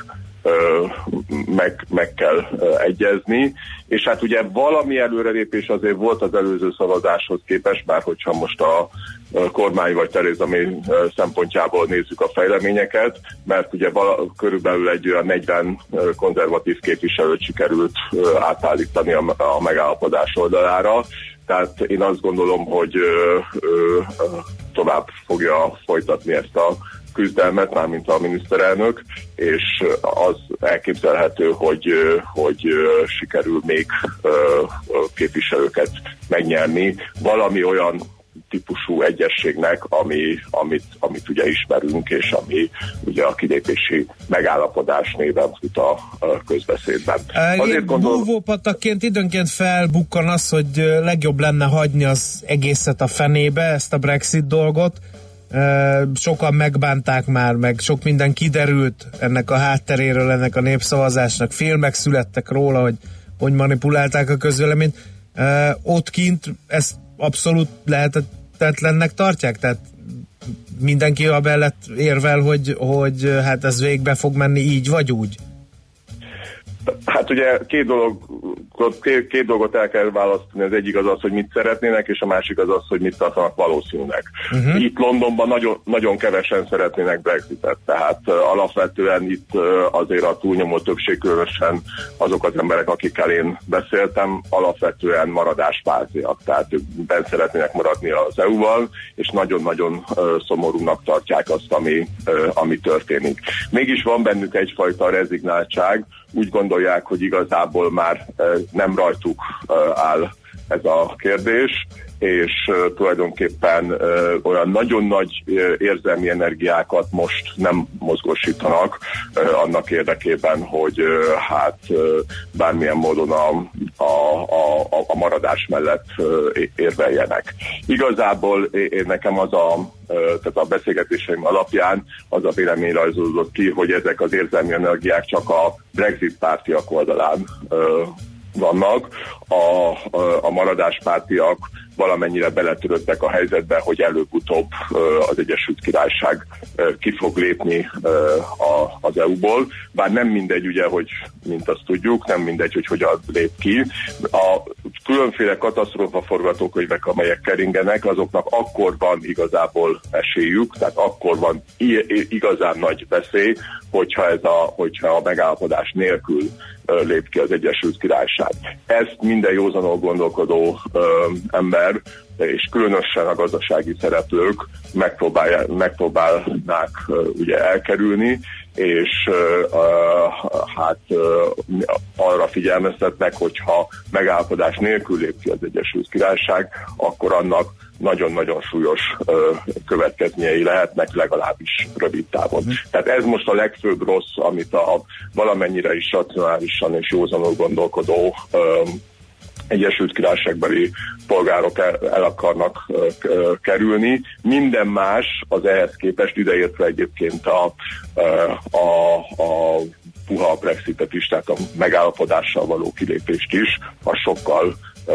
S8: meg, meg kell egyezni, és hát ugye valami előrelépés azért volt az előző szavazáshoz képest, bár hogyha most a kormány vagy Theresa May szempontjából nézzük a fejleményeket, mert ugye vala, körülbelül egy olyan negyven konzervatív képviselőt sikerült átállítani a, a megállapodás oldalára, tehát én azt gondolom, hogy ö, ö, tovább fogja folytatni ezt a küzdelmet, mármint a miniszterelnök, és az elképzelhető, hogy, hogy sikerül még képviselőket megnyerni valami olyan típusú egyességnek, ami, amit, amit ugye ismerünk, és ami ugye a kilépési megállapodás néven fut a közbeszédben.
S4: Azért gondolom... Búvópatakként időnként felbukkan az, hogy legjobb lenne hagyni az egészet a fenébe, ezt a Brexit dolgot. Sokan megbánták már, meg sok minden kiderült ennek a hátteréről, ennek a népszavazásnak, filmek születtek róla, hogy hogy manipulálták a közvéleményt. Ott kint ezt abszolút lehetetlennek tartják? Tehát mindenki a mellett érvel, hogy, hogy hát ez végbe fog menni így vagy úgy?
S8: Hát ugye két dolog két, két dolgot el kell választani, az egyik az az, hogy mit szeretnének, és a másik az az, hogy mit tartanak valószínűnek. Uh-huh. Itt Londonban nagyon, nagyon kevesen szeretnének Brexitet, tehát uh, alapvetően itt uh, azért a túlnyomó többség, különösen azok az emberek, akikkel én beszéltem, alapvetően maradáspártiak, tehát ők bent szeretnének maradni az é u-val, és nagyon-nagyon uh, szomorúnak tartják azt, ami, uh, ami történik. Mégis van bennük egyfajta rezignáltság, úgy gondolják, hogy igazából már nem rajtuk áll ez a kérdés, és tulajdonképpen olyan nagyon nagy érzelmi energiákat most nem mozgósítanak annak érdekében, hogy hát bármilyen módon a, a, a, a maradás mellett érveljenek. Igazából én nekem az a tehát a beszélgetéseim alapján az a vélemény rajzolódott ki, hogy ezek az érzelmi energiák csak a Brexit pártiak oldalán vannak. A, a, a maradáspártiak valamennyire beletörődtek a helyzetbe, hogy előbb-utóbb az Egyesült Királyság ki fog lépni az é u-ból. Bár nem mindegy, ugye, hogy mint azt tudjuk, nem mindegy, hogy hogyan lép ki. A különféle katasztrófa forgatókönyvek, amelyek keringenek, azoknak akkor van igazából esélyük, tehát akkor van igazán nagy veszély, hogyha, ez a, hogyha a megállapodás nélkül lép ki az Egyesült Királyság. Ezt minden józanul gondolkodó ö, ember, és különösen a gazdasági szereplők megpróbálnák ö, ugye elkerülni, és ö, ö, hát ö, arra figyelmeztetnek, hogyha megállapodás nélkül lép ki az Egyesült Királyság, akkor annak nagyon-nagyon súlyos ö, következményei lehetnek, legalábbis rövid távon. Mm. Tehát ez most a legfőbb rossz, amit a valamennyire is racionálisan és józanul gondolkodó ö, Egyesült Királyságbeli polgárok el, el akarnak ö, ö, kerülni. Minden más az ehhez képest, ideértve egyébként a, a, a puha Brexitet is, tehát a megállapodással való kilépést is, az sokkal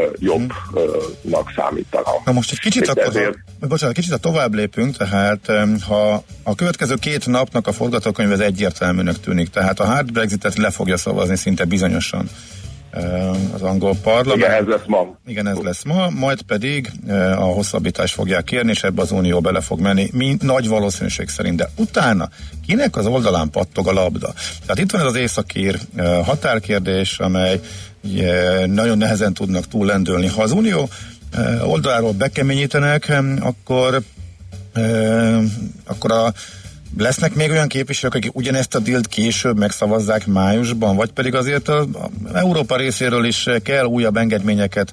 S8: jobbnak számítanak.
S9: Na most egy kicsit, akkor, ezért... bocsánat, kicsit tovább lépünk, tehát ha a következő két napnak a forgatókönyv az egyértelműnek tűnik, tehát a hard Brexitet le fogja szavazni szinte bizonyosan az angol parlament.
S8: Igen, ez lesz ma.
S9: Igen, ez lesz ma, majd pedig a hosszabbítást fogják kérni, és ebbe az unió bele fog menni, mind, nagy valószínűség szerint. De utána kinek az oldalán pattog a labda? Tehát itt van ez az északír határkérdés, amely nagyon nehezen tudnak túllendülni. Ha az unió oldaláról bekeményítenek, akkor, akkor a, lesznek még olyan képviselők, akik ugyanezt a dílt később megszavazzák májusban, vagy pedig azért az Európa részéről is kell újabb engedményeket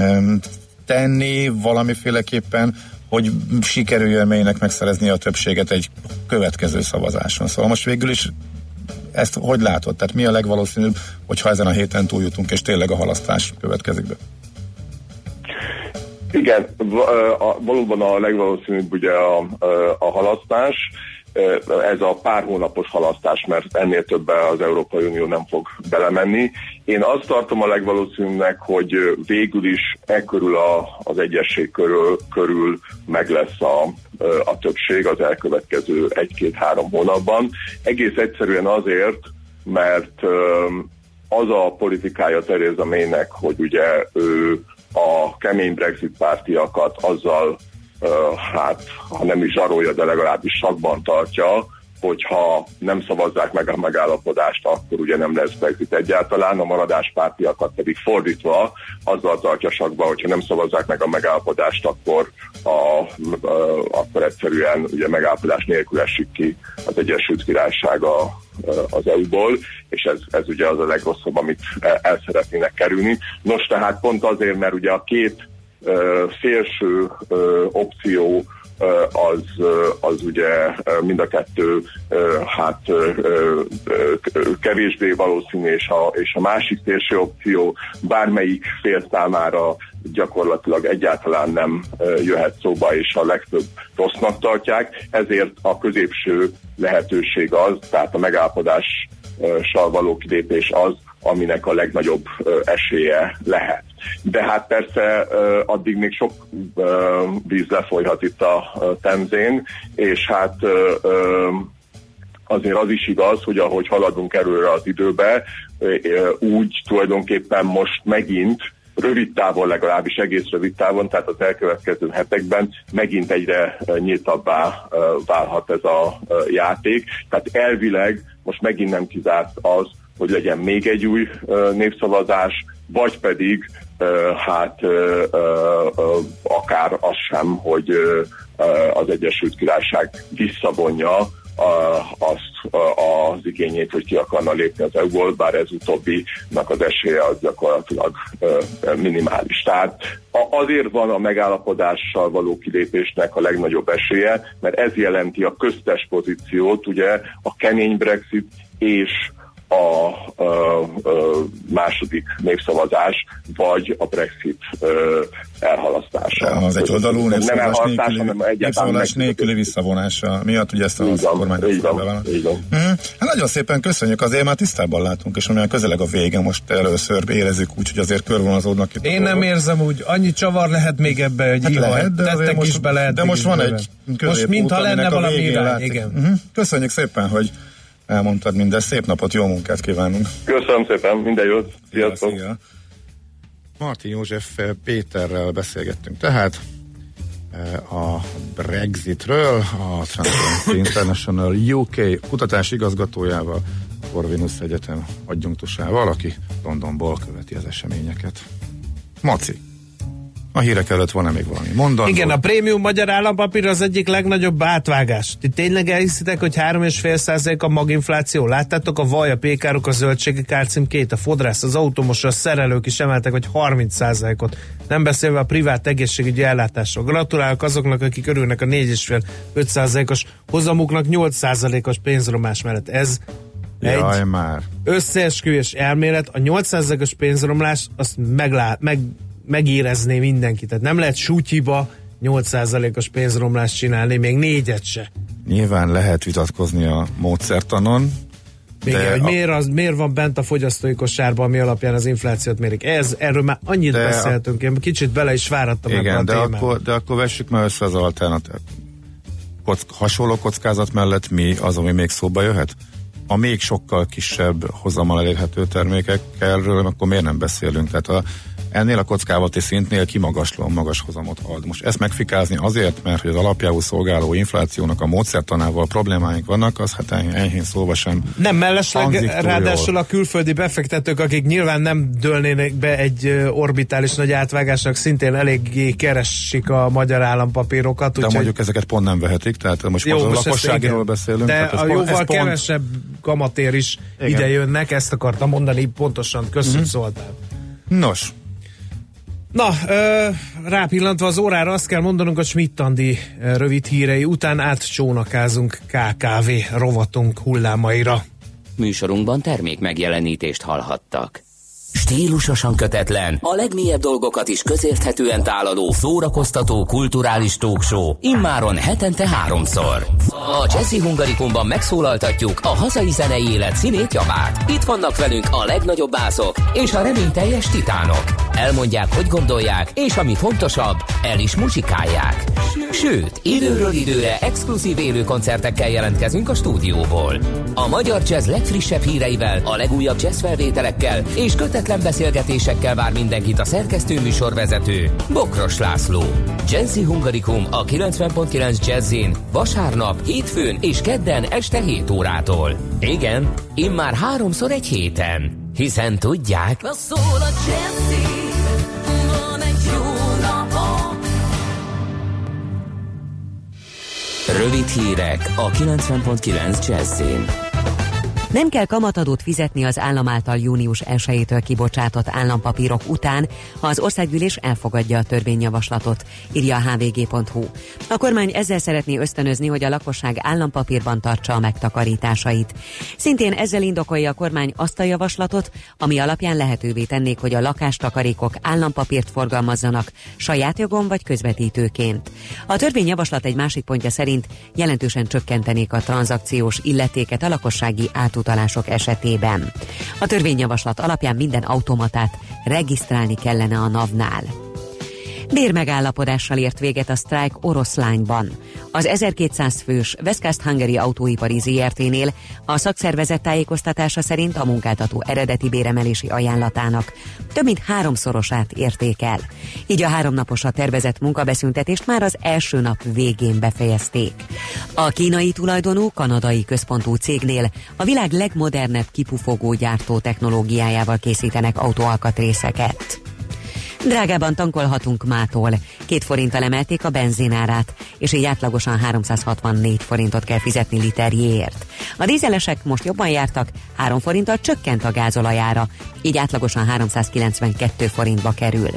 S9: tenni valamiféleképpen, hogy sikerüljön melynek megszerezni a többséget egy következő szavazáson. Szóval most végül is ezt hogy látod? Tehát mi a legvalószínűbb, hogyha ezen a héten túljutunk, és tényleg a halasztás következik be?
S8: Igen, valóban a legvalószínűbb ugye a, a halasztás, ez a pár hónapos halasztás, mert ennél többen az Európai Unió nem fog belemenni. Én azt tartom a legvalószínűbbnek, hogy végül is e körül a, az egyesség körül, körül meg lesz a, a többség az elkövetkező egy-két-három hónapban. Egész egyszerűen azért, mert az a politikája Theresa Maynek, hogy ugye ő a kemény Brexit pártiakat azzal Uh, hát, ha nem is zsarolja, de legalábbis sakban tartja, hogyha nem szavazzák meg a megállapodást, akkor ugye nem lesz Brexit egyáltalán, a maradáspártiakat pedig fordítva azzal tartja sakban, hogyha nem szavazzák meg a megállapodást, akkor, a, a, akkor egyszerűen ugye megállapodás nélkül esik ki az Egyesült Királyság a, az é u-ból, és ez, ez ugye az a legrosszabb, amit el, el szeretnének kerülni. Nos, tehát pont azért, mert ugye a két Uh, szélső uh, opció uh, az, uh, az ugye uh, mind a kettő uh, hát uh, uh, kevésbé valószínű, és a, és a másik szélső opció bármelyik fél számára gyakorlatilag egyáltalán nem uh, jöhet szóba, és a legtöbb rossznak tartják, ezért a középső lehetőség az, tehát a megállapodással való kilépés az, aminek a legnagyobb uh, esélye lehet. De hát persze uh, addig még sok uh, víz lefolyhat itt a uh, Temzén, és hát uh, uh, azért az is igaz, hogy ahogy haladunk előre az időbe, úgy tulajdonképpen most megint rövid távon, legalábbis egész rövid távon, tehát az elkövetkező hetekben megint egyre nyíltabbá válhat ez a játék. Tehát elvileg most megint nem kizárt az, hogy legyen még egy új népszavazás, vagy pedig hát akár az sem, hogy az Egyesült Királyság visszavonja azt az igényét, hogy ki akarna lépni az é u-ból, bár ez utóbbinak az esélye az gyakorlatilag minimális. Tehát azért van a megállapodással való kilépésnek a legnagyobb esélye, mert ez jelenti a köztes pozíciót, ugye a kemény Brexit és a, a, a második népszavazás, vagy a Brexit ö, elhalasztása.
S9: Az egy oldalú népszavazás nélküli, népszavazás nélküli visszavonása miatt ugye ezt a kormány bevállalt. Uh-huh. Hát nagyon szépen köszönjük, azért már tisztában látunk, és amilyen közeleg a vége, most először érezzük úgy, hogy azért körvonalazódnak itt.
S4: Én nem érzem úgy, annyi csavar lehet még ebbe, hogy hát iha, lehet, de tettek most, is be lehet.
S9: De most van egy
S4: most mintha lenne valami irány, igen.
S9: Uh-huh. Köszönjük szépen, hogy elmondtad mindezt. Szép napot, jó munkát kívánunk.
S8: Köszönöm szépen, minden jót. Sziasztok.
S9: Szia. Martin József Péterrel beszélgettünk tehát a Brexitről, a Transparency International U K kutatási igazgatójával, Corvinus Egyetem adjunktusával, aki Londonból követi az eseményeket. Maci, a hírek előtt van-e még valami mondandó?
S4: Igen, a prémium magyar állampapír az egyik legnagyobb átvágás. Ti tényleg elhiszitek, hogy három egész öt százalék a maginfláció? Láttátok a vaj, a pékárok, a zöldségi kárcímkét, a fodrász, az automos, a szerelők is emeltek, hogy harminc százalékot. Nem beszélve a privát egészségügyi ellátásról. Gratulálok azoknak, akik örülnek a négy egész öt százalékos hozamuknak nyolc százalékos pénzromlás mellett. Ez
S9: Jaj,
S4: egy
S9: már.
S4: összeesküvés elmélet. A nyolc százalékos pénzromlás azt meglát, meg megérezné mindenki. Tehát nem lehet sútyiba nyolc százalékos pénzromlást csinálni, még négyet se.
S9: Nyilván lehet vitatkozni a módszertanon.
S4: Igen, hogy a... miért, az, miért van bent a fogyasztói kosárban, ami alapján az inflációt mérik. Ez, erről már annyit de beszéltünk, a... én kicsit bele is fáradtam ebben a
S9: de
S4: témában.
S9: Akkor, de akkor vessük már össze az alternatívát. Kock, hasonló kockázat mellett mi az, ami még szóba jöhet? A még sokkal kisebb hozammal elérhető termékekről, akkor miért nem beszélünk? Tehát a ennél a kockázati szintnél kimagaslóan magas hozamot ad. Most ezt megfikázni azért, mert hogy az alapjául szolgáló inflációnak a módszertanával problémáink vannak, az hát enyhén szóval sem. Nem
S4: mellesleg ráadásul a külföldi befektetők, akik nyilván nem dőlnének be egy orbitális nagy átvágásnak, szintén eléggé keresik a magyar állampapírokat.
S9: De úgy, mondjuk hogy... ezeket pont nem vehetik, tehát most, most a lakosságról beszélünk.
S4: De a
S9: pont,
S4: jóval
S9: pont...
S4: kevesebb kamatér is igen. ide jönnek, ezt akartam mondani pontosan. Köszönöm, uh-huh. szóltál.
S9: Nos,
S4: Na, ö, rápillantva az órára azt kell mondanunk, hogy Schmidt-Andi rövid hírei után átcsónakázunk ká ká vé rovatunk hullámaira.
S1: Műsorunkban termék megjelenítést hallhattak. Stílusosan kötetlen, a legmélyebb dolgokat is közérthetően tálaló, szórakoztató, kulturális talkshow, immáron hetente háromszor. A Jazzy Hungarikumban megszólaltatjuk a hazai zenei élet színét, javát. Itt vannak velünk a legnagyobb bászok és a reményteljes titánok. Elmondják, hogy gondolják, és ami fontosabb, el is muzsikálják. Sőt, időről időre exkluzív élő koncertekkel jelentkezünk a stúdióból. A magyar jazz legfrissebb híreivel, a legújabb jazz felvételekkel és kötetlen beszélgetésekkel vár mindenkit a szerkesztő műsorvezető, Bokros László. Jazzy Hungarikum a kilencven pont kilenc Jazzin vasárnap, hétfőn és kedden este hét órától. Igen, immár háromszor egy héten. Hiszen tudják...
S6: Na szól a Jazzy, van egy jó napom.
S1: Rövid hírek a kilencven pont kilenc Jazzin.
S10: Nem kell kamatadót fizetni az állam által június elsejétől kibocsátott állampapírok után, ha az országgyűlés elfogadja a törvényjavaslatot, írja a há vé gé pont hú. A kormány ezzel szeretné ösztönözni, hogy a lakosság állampapírban tartsa a megtakarításait. Szintén ezzel indokolja a kormány azt a javaslatot, ami alapján lehetővé tennék, hogy a lakástakarékok állampapírt forgalmazzanak saját jogon vagy közvetítőként. A törvényjavaslat egy másik pontja szerint jelentősen csökkentenék a tranzakciós illetéket a lakossági átutalások esetében. A törvényjavaslat alapján minden automatát regisztrálni kellene a navnál. Bérmegállapodással ért véget a sztrájk Oroszlányban. Az ezerkétszáz fős Westcast Hungary autóipari zé er té-nél a szakszervezet tájékoztatása szerint a munkáltató eredeti béremelési ajánlatának több mint háromszorosát érték el. Így a háromnaposra tervezett munkabeszüntetést már az első nap végén befejezték. A kínai tulajdonú, kanadai központú cégnél a világ legmodernebb kipufogó gyártó technológiájával készítenek autóalkatrészeket. Drágában tankolhatunk mától. Két forinttal emelték a benzinárát, és így átlagosan háromszázhatvannégy forintot kell fizetni literjéért. A dízelesek most jobban jártak, három forinttal csökkent a gázolajára, így átlagosan háromszázkilencvenkettő forintba kerül.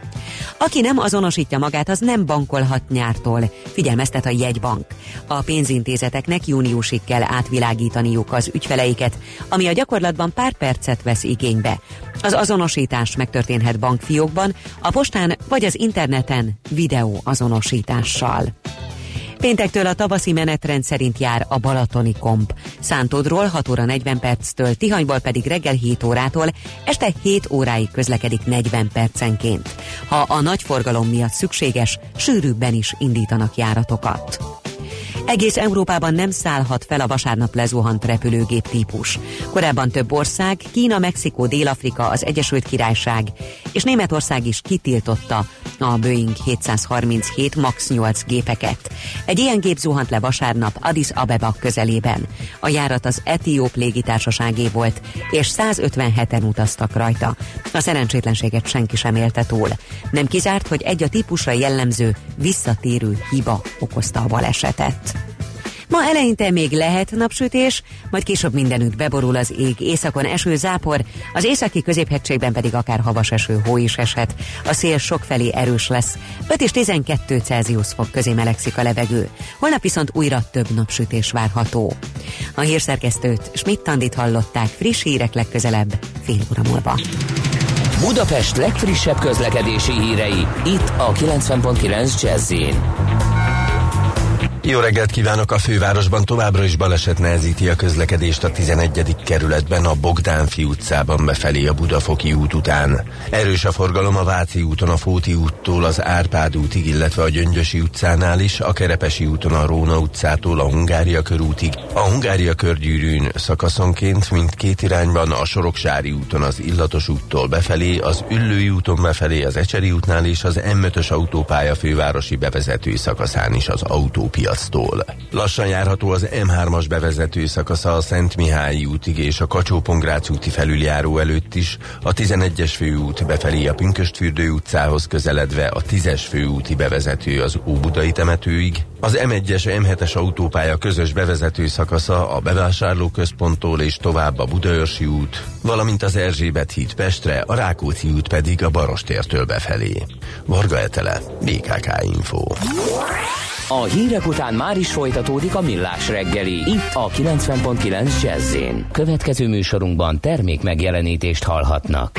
S10: Aki nem azonosítja magát, az nem bankolhat nyártól, figyelmeztet a jegybank. A pénzintézeteknek júniusig kell átvilágítaniuk az ügyfeleiket, ami a gyakorlatban pár percet vesz igénybe. Az azonosítás megtörténhet bankfiókban, a postán vagy az interneten videó azonosítással. Péntektől a tavaszi menetrend szerint jár a Balatoni komp. Szántódról hat óra negyven perctől, Tihanyból pedig reggel hét órától, este hét óráig közlekedik negyven percenként. Ha a nagy forgalom miatt szükséges, sűrűbben is indítanak járatokat. Egész Európában nem szállhat fel a vasárnap lezuhant repülőgép típus. Korábban több ország, Kína, Mexikó, Dél-Afrika, az Egyesült Királyság és Németország is kitiltotta a Boeing hétszázharminchét MAX nyolc gépeket. Egy ilyen gép zuhant le vasárnap Addis Abeba közelében. A járat az Etióp légitársaságé volt, és százötvenheten utaztak rajta. A szerencsétlenséget senki sem élte túl. Nem kizárt, hogy egy a típusra jellemző, visszatérő hiba okozta a balesetet. Ma eleinte még lehet napsütés, majd később mindenütt beborul az ég, északon eső, zápor, az északi középhegységben pedig akár havas eső, hó is eshet. A szél sokfelé erős lesz, öt és tizenkettő Celsius fok közé melegszik a levegő. Holnap viszont újra több napsütés várható. A hírszerkesztőt, Schmidt-Tandit hallották, friss hírek legközelebb, fél óra múlva.
S1: Budapest legfrissebb közlekedési hírei, itt a kilencven pont kilenc Jazz-in.
S11: Jó reggelt kívánok! A fővárosban továbbra is baleset nehezíti a közlekedést a tizenegyedik kerületben, a Bogdánfi utcában befelé a Budafoki út után. Erős a forgalom a Váci úton a Fóti úttól az Árpád útig, illetve a Gyöngyösi utcánál is, a Kerepesi úton a Róna utcától a Hungária körútig, a Hungária körgyűrűn szakaszonként mindkét irányban, a Soroksári úton az Illatos úttól befelé, az Üllői úton befelé az Ecseri útnál és az M ötös autópálya fővárosi bevezető szakaszán is az autópiac. Lassan járható az M hármas bevezető szakasza a Szentmihályi útig és a Kacsó-Pongrác úti felüljáró előtt is, a tizenegyes főút befelé a Pünkösdfürdő utcához közeledve a tízes főúti bevezető az Óbudai temetőig, az M egyes M hetes autópálya közös bevezető szakasza a bevásárlóközponttól és tovább a Budaörsi út, valamint az Erzsébet híd Pestre, a Rákóczi út pedig a Barostértől befelé. Varga Etele, bé ká ká Info.
S1: A hírek után már is folytatódik a Millás reggeli, itt a kilencven pont kilenc Jazz-in. Következő műsorunkban termék megjelenítést hallhatnak.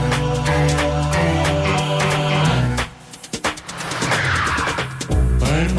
S12: When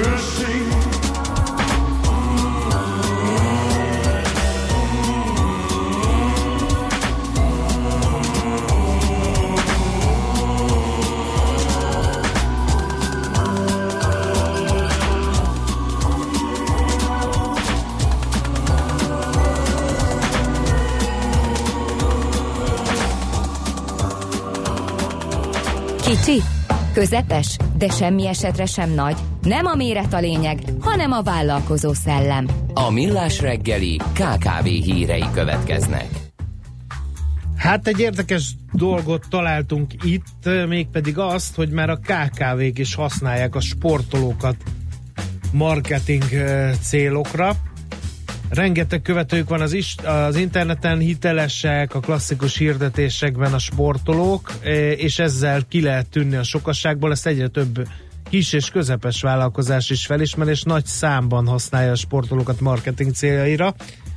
S12: Kicsi, közepes, de semmi esetre sem nagy. Nem a méret a lényeg, hanem a vállalkozó szellem.
S1: A Millás reggeli ká ká vé hírei következnek.
S4: Hát egy érdekes dolgot találtunk itt, mégpedig azt, hogy már a ká ká vék is használják a sportolókat marketing célokra. Rengeteg követők van az, is, az interneten, hitelesek, a klasszikus hirdetésekben a sportolók, és ezzel ki lehet tűnni a sokasságból, ezt egyre több kis és közepes vállalkozás is felismer, és nagy számban használja a sportolókat marketing céljaira.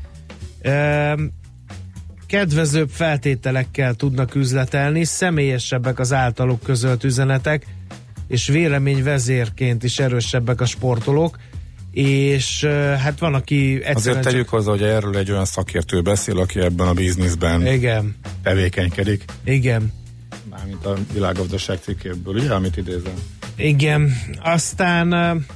S4: Kedvezőbb feltételekkel tudnak üzletelni, személyesebbek az általuk közölt üzenetek, és véleményvezérként is erősebbek a sportolók, és hát van, aki egyszerűen...
S5: Azért tegyük hozzá, hogy erről egy olyan szakértő beszél, aki ebben a bizniszben
S4: Igen.
S5: tevékenykedik.
S4: Igen.
S5: Mármint a Világgazdaság cikkéből, ugye, amit idézem?
S4: Igen. Aztán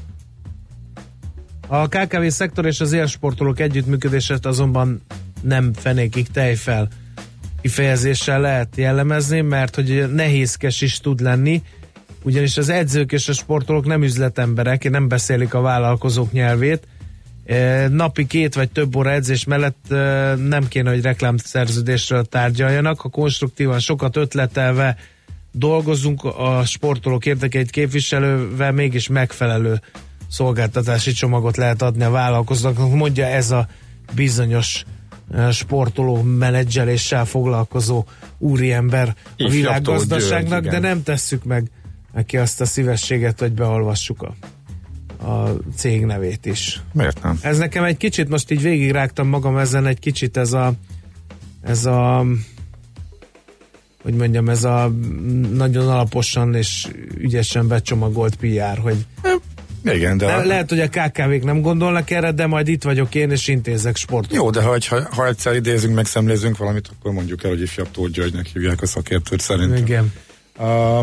S4: a ká ká vé szektor és az élsportolók együttműködését azonban nem fenékig tejfel kifejezéssel lehet jellemezni, mert hogy nehézkes is tud lenni, ugyanis az edzők és a sportolók nem üzletemberek, nem beszélik a vállalkozók nyelvét. Napi két vagy több óra edzés mellett nem kéne, hogy reklámszerződésről tárgyaljanak. Ha konstruktívan sokat ötletelve dolgozunk a sportolók érdekeit képviselővel, mégis megfelelő szolgáltatási csomagot lehet adni a vállalkozóknak, mondja ez a bizonyos sportoló menedzseléssel foglalkozó úriember a világgazdaságnak, de nem tesszük meg neki azt a szívességet, hogy beolvassuk a, a cég nevét is.
S5: Miért nem?
S4: Ez nekem egy kicsit, most így végigrágtam magam ezen, egy kicsit ez a ez a hogy mondjam, ez a nagyon alaposan és ügyesen becsomagolt pé er, hogy
S5: igen, de...
S4: Le- lehet, hogy a ká ká vék nem gondolnak erre, de majd itt vagyok én, és intézek sportot.
S5: Jó, de ha, ha, ha egyszer idézünk, meg szemlézünk valamit, akkor mondjuk el, hogy ifjabb Tóth Györgynek hívják a szakértőt szerintem.
S4: Igen.
S5: Uh,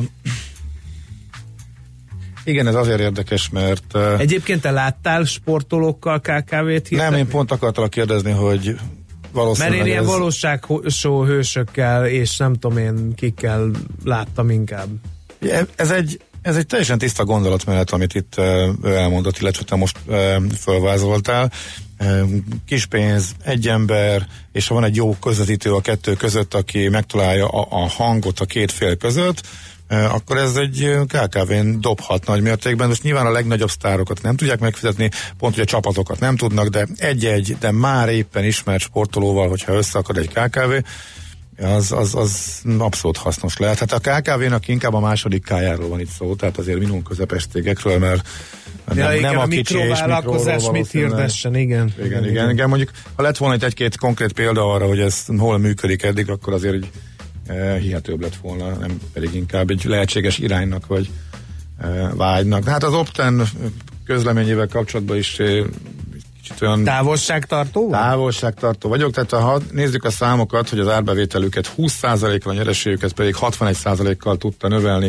S5: igen, ez azért érdekes, mert... Uh,
S4: Egyébként te láttál sportolókkal ká ká vét hirdetni?
S5: Nem, én pont akartalak kérdezni, hogy valószínűleg...
S4: Mert én ilyen
S5: ez...
S4: valóságshow hősökkel, és nem tudom én kikkel láttam inkább.
S5: Ez egy Ez egy teljesen tiszta gondolatmenet, amit itt uh, elmondott, illetve te most uh, fölvázoltál. Uh, kis pénz, egy ember, és ha van egy jó közvetítő a kettő között, aki megtalálja a, a hangot a két fél között, uh, akkor ez egy ká ká vén dobhat nagy mértékben. Most nyilván a legnagyobb sztárokat nem tudják megfizetni, pont hogy a csapatokat nem tudnak, de egy-egy, de már éppen ismert sportolóval, hogyha összeakad egy ká ká vé, Az, az, az abszolút hasznos lehet. Hát a ká ká vénak inkább a második kájáról van itt szó, tehát azért minimum közepes cégekről, mert
S4: ja,
S5: nem,
S4: igen,
S5: nem a,
S4: a
S5: kicsi
S4: mikrovállalkozás mit hirdessen, igen.
S5: Igen, igen, igen, igen. Mondjuk, ha lett volna itt egy-két konkrét példa arra, hogy ez hol működik eddig, akkor azért egy e, hihetőbb lett volna, nem pedig inkább egy lehetséges iránynak, vagy e, vágynak. Hát az Opten közleményével kapcsolatban is e, olyan
S4: távolságtartó?
S5: Távolságtartó vagyok, tehát ha nézzük a számokat, hogy az árbevételüket húsz százalékkal, a nyereségüket pedig hatvanegy százalékkal tudta növelni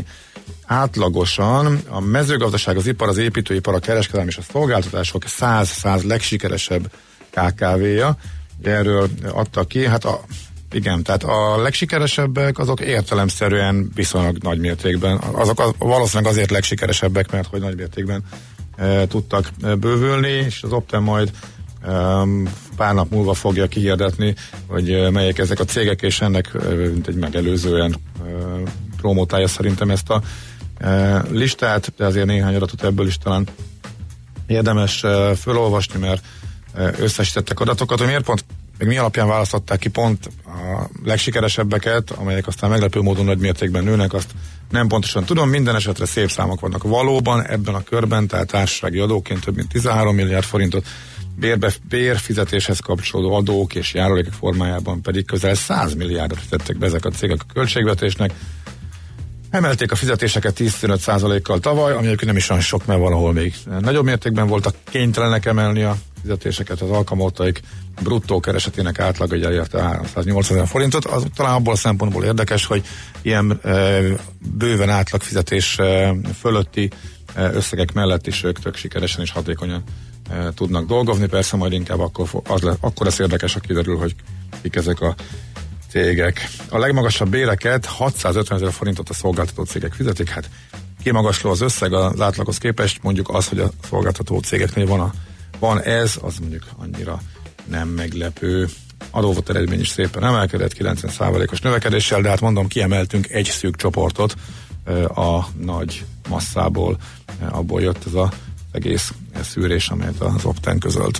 S5: átlagosan. A mezőgazdaság, az ipar, az építőipar, a kereskedelem és a szolgáltatások száz-száz legsikeresebb ká ká véja. Erről adta ki, hát a, igen, tehát a legsikeresebbek azok értelemszerűen viszonylag nagy mértékben, azok az, valószínűleg azért legsikeresebbek, mert hogy nagy mértékben E, tudtak e, bővülni, és az Opten majd e, pár nap múlva fogja kihirdetni, hogy e, melyek ezek a cégek, és ennek e, mint egy megelőzően e, promotálja szerintem ezt a e, listát, de azért néhány adatot ebből is talán érdemes e, felolvasni, mert e, összesítettek adatokat, hogy miért pont, meg mi alapján választották ki pont a legsikeresebbeket, amelyek aztán meglepő módon nagy mértékben nőnek, azt nem pontosan tudom, minden esetre szép számok vannak valóban ebben a körben, tehát társasági adóként több mint tizenhárom milliárd forintot, bérbe, bérfizetéshez kapcsolódó adók és járulékok formájában pedig közel száz milliárdot fizettek be ezek a cégek a költségvetésnek. Emelték a fizetéseket tíz-tizenöt százalékkal tavaly, ami egyébként nem is olyan sok, mert valahol még nagyobb mértékben voltak kénytelenek emelni a fizetéseket, az alkalmazottaik bruttó keresetének átlag egy elérte háromszáznyolcvan forintot. Az talán abból a szempontból érdekes, hogy ilyen e, bőven átlag fizetés e, fölötti e, összegek mellett is ők tök sikeresen és hatékonyan e, tudnak dolgozni. Persze majd inkább akkor, az le, akkor lesz érdekes, ha kiderül, hogy kik ezek a cégek. A legmagasabb béreket hatszázötven ezer forintot a szolgáltató cégek fizetik. Hát kimagasló az összeg az átlaghoz képest, mondjuk az, hogy a szolgáltató cégeknél van, a, van ez, az mondjuk annyira nem meglepő. Adóvott eredmény is szépen emelkedett, kilencven százalékos növekedéssel, de hát mondom, kiemeltünk egy szűk csoportot a nagy masszából, abból jött ez az egész szűrés, amelyet az Opten közölt.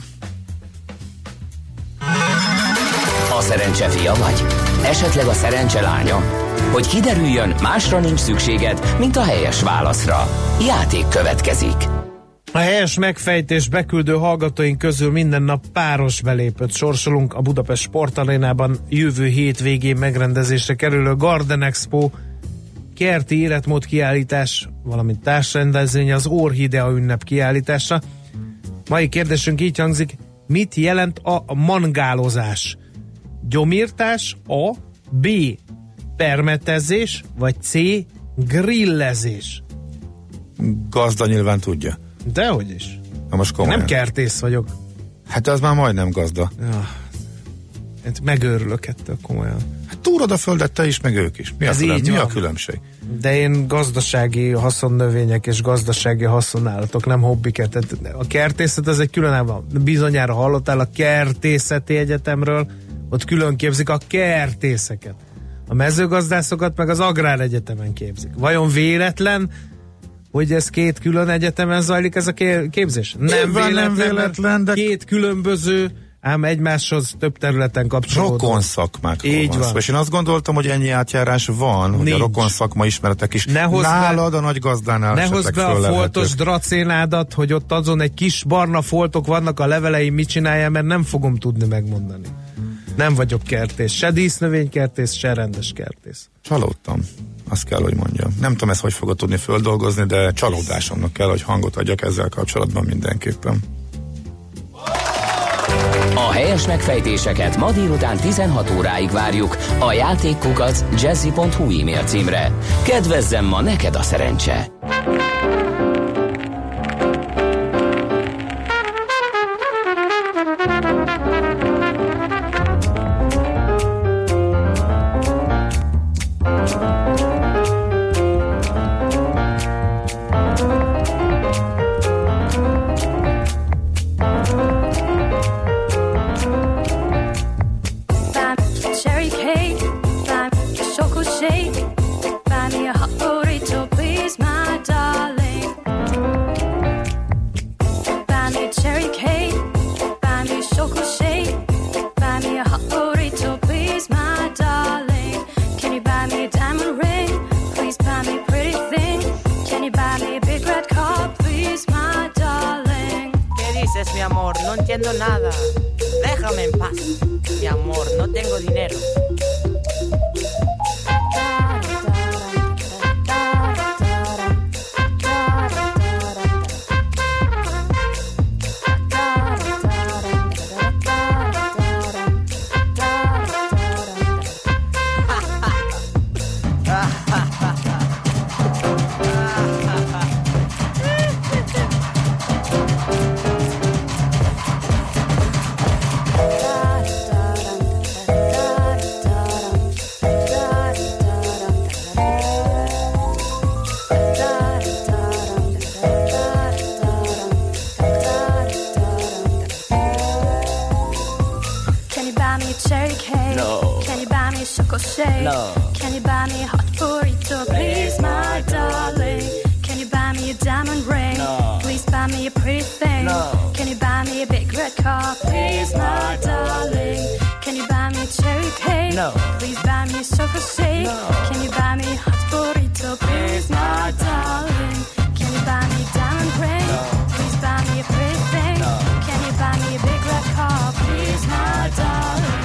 S1: A szerencse fia vagy? Esetleg a szerencse lánya? Hogy kiderüljön, másra nincs szükséged, mint a helyes válaszra. Játék következik.
S4: A helyes megfejtés beküldő hallgatóink közül minden nap páros belépőt sorsolunk a Budapest Sportarénában jövő hétvégén megrendezésre kerülő Garden Expo kerti életmód kiállítás, valamint társrendezvény az Orchidea ünnep kiállítása. Mai kérdésünk így hangzik: mit jelent a mangálozás? Gyomírtás, A, B, permetezés, vagy C, grillezés?
S5: Gazda nyilván tudja.
S4: Dehogy is.
S5: Na most komolyan.
S4: Nem kertész vagyok.
S5: Hát az már majdnem gazda.
S4: Ja. Hát megőrülök ettől komolyan.
S5: Hát túrod a földet te is, meg ők is. Mi,
S4: Ez
S5: a, külön,
S4: így
S5: mi
S4: van.
S5: a különbség?
S4: De én gazdasági haszonnövények és gazdasági haszonállatok, nem hobbiket. Tehát a kertészet az egy különálló. Bizonyára hallottál a kertészeti egyetemről, ott külön képzik a kertészeket. A mezőgazdászokat meg az agráregyetemen képzik. Vajon véletlen, hogy ez két külön egyetemen zajlik ez a képzés? Nem
S5: Éven
S4: véletlen,
S5: nem véletlen, de
S4: két különböző, ám egymáshoz több területen kapcsolódó.
S5: Rokon szakmákról
S4: Így
S5: van.
S4: van.
S5: Szó. És én azt gondoltam, hogy ennyi átjárás van, Nincs. hogy a rokon szakma ismeretek is ne nálad be, a nagy gazdánál
S4: ne hozd be a foltos dracénádat, hogy ott azon egy kis barna foltok vannak a levelei, mit csinálja, mert nem fogom tudni megmondani. Nem vagyok kertész, se dísznövénykertész, se rendes kertész.
S5: Csalódtam, azt kell, hogy mondjam. Nem tudom, ezt hogy fogod tudni földolgozni, de csalódásomnak kell, hogy hangot adjak ezzel kapcsolatban mindenképpen.
S1: A helyes megfejtéseket ma délután tizenhat óráig várjuk a játékkukac jazzy pont hu e-mail címre. Kedvezzem ma neked a szerencse!
S3: Nada. Déjame en paz, mi amor, no tengo dinero.
S13: No. Can you buy me a hot burrito, please, my darling? Can you buy me a diamond ring? No. Please buy me a pretty thing. No. Can you buy me a big red car, please, my darling? Can you buy me a cherry cake? No. Please buy me a chocolate shake. No. Can you buy me a hot burrito, please, my darling? Can you buy me a diamond ring? No. Please buy me a pretty thing. No. Can you buy me a big red car, please, my darling?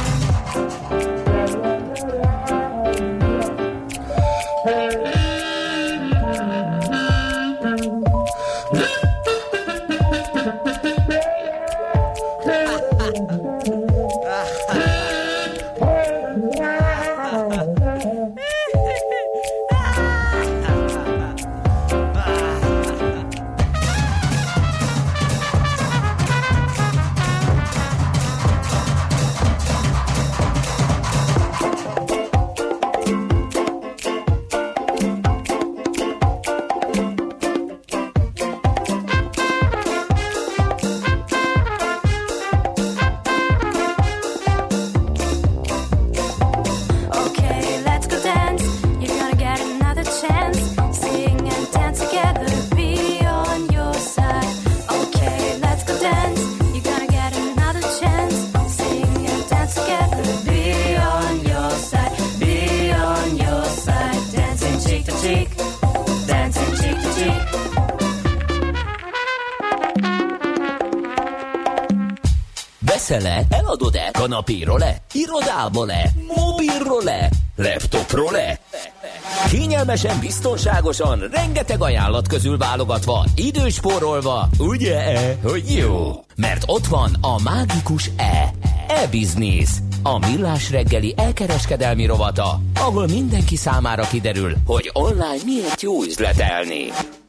S1: Veszel-e? Eladod-e? Kanapéról-e? Irodából-e? Mobilról-e? Laptopról-e? Kényelmesen, biztonságosan, rengeteg ajánlat közül válogatva, időspórolva, ugye-e, hogy jó? Mert ott van a mágikus E. E-Business, a millás reggeli elkereskedelmi rovata, ahol mindenki számára kiderül, hogy online miért jó üzletelni.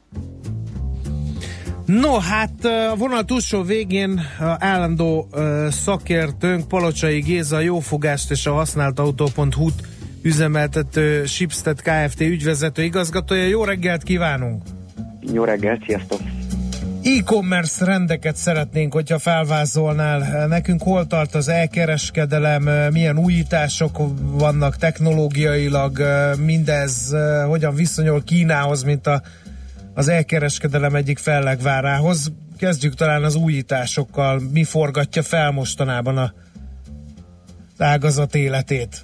S4: No, hát a vonal túlsó végén a állandó uh, szakértőnk Palocsai Géza, a Jófogást és a használt autó pont hu-t üzemeltető Shipstead Kft. Ügyvezető igazgatója. Jó reggelt kívánunk!
S14: Jó reggelt, sziasztok!
S4: E-commerce rendeket szeretnénk, hogyha felvázolnál nekünk, hol tart az elkereskedelem, milyen újítások vannak technológiailag, mindez hogyan viszonyul Kínához, mint a, az elkereskedelem egyik fellegvárához. Kezdjük talán az újításokkal, mi forgatja fel mostanában a ágazat életét?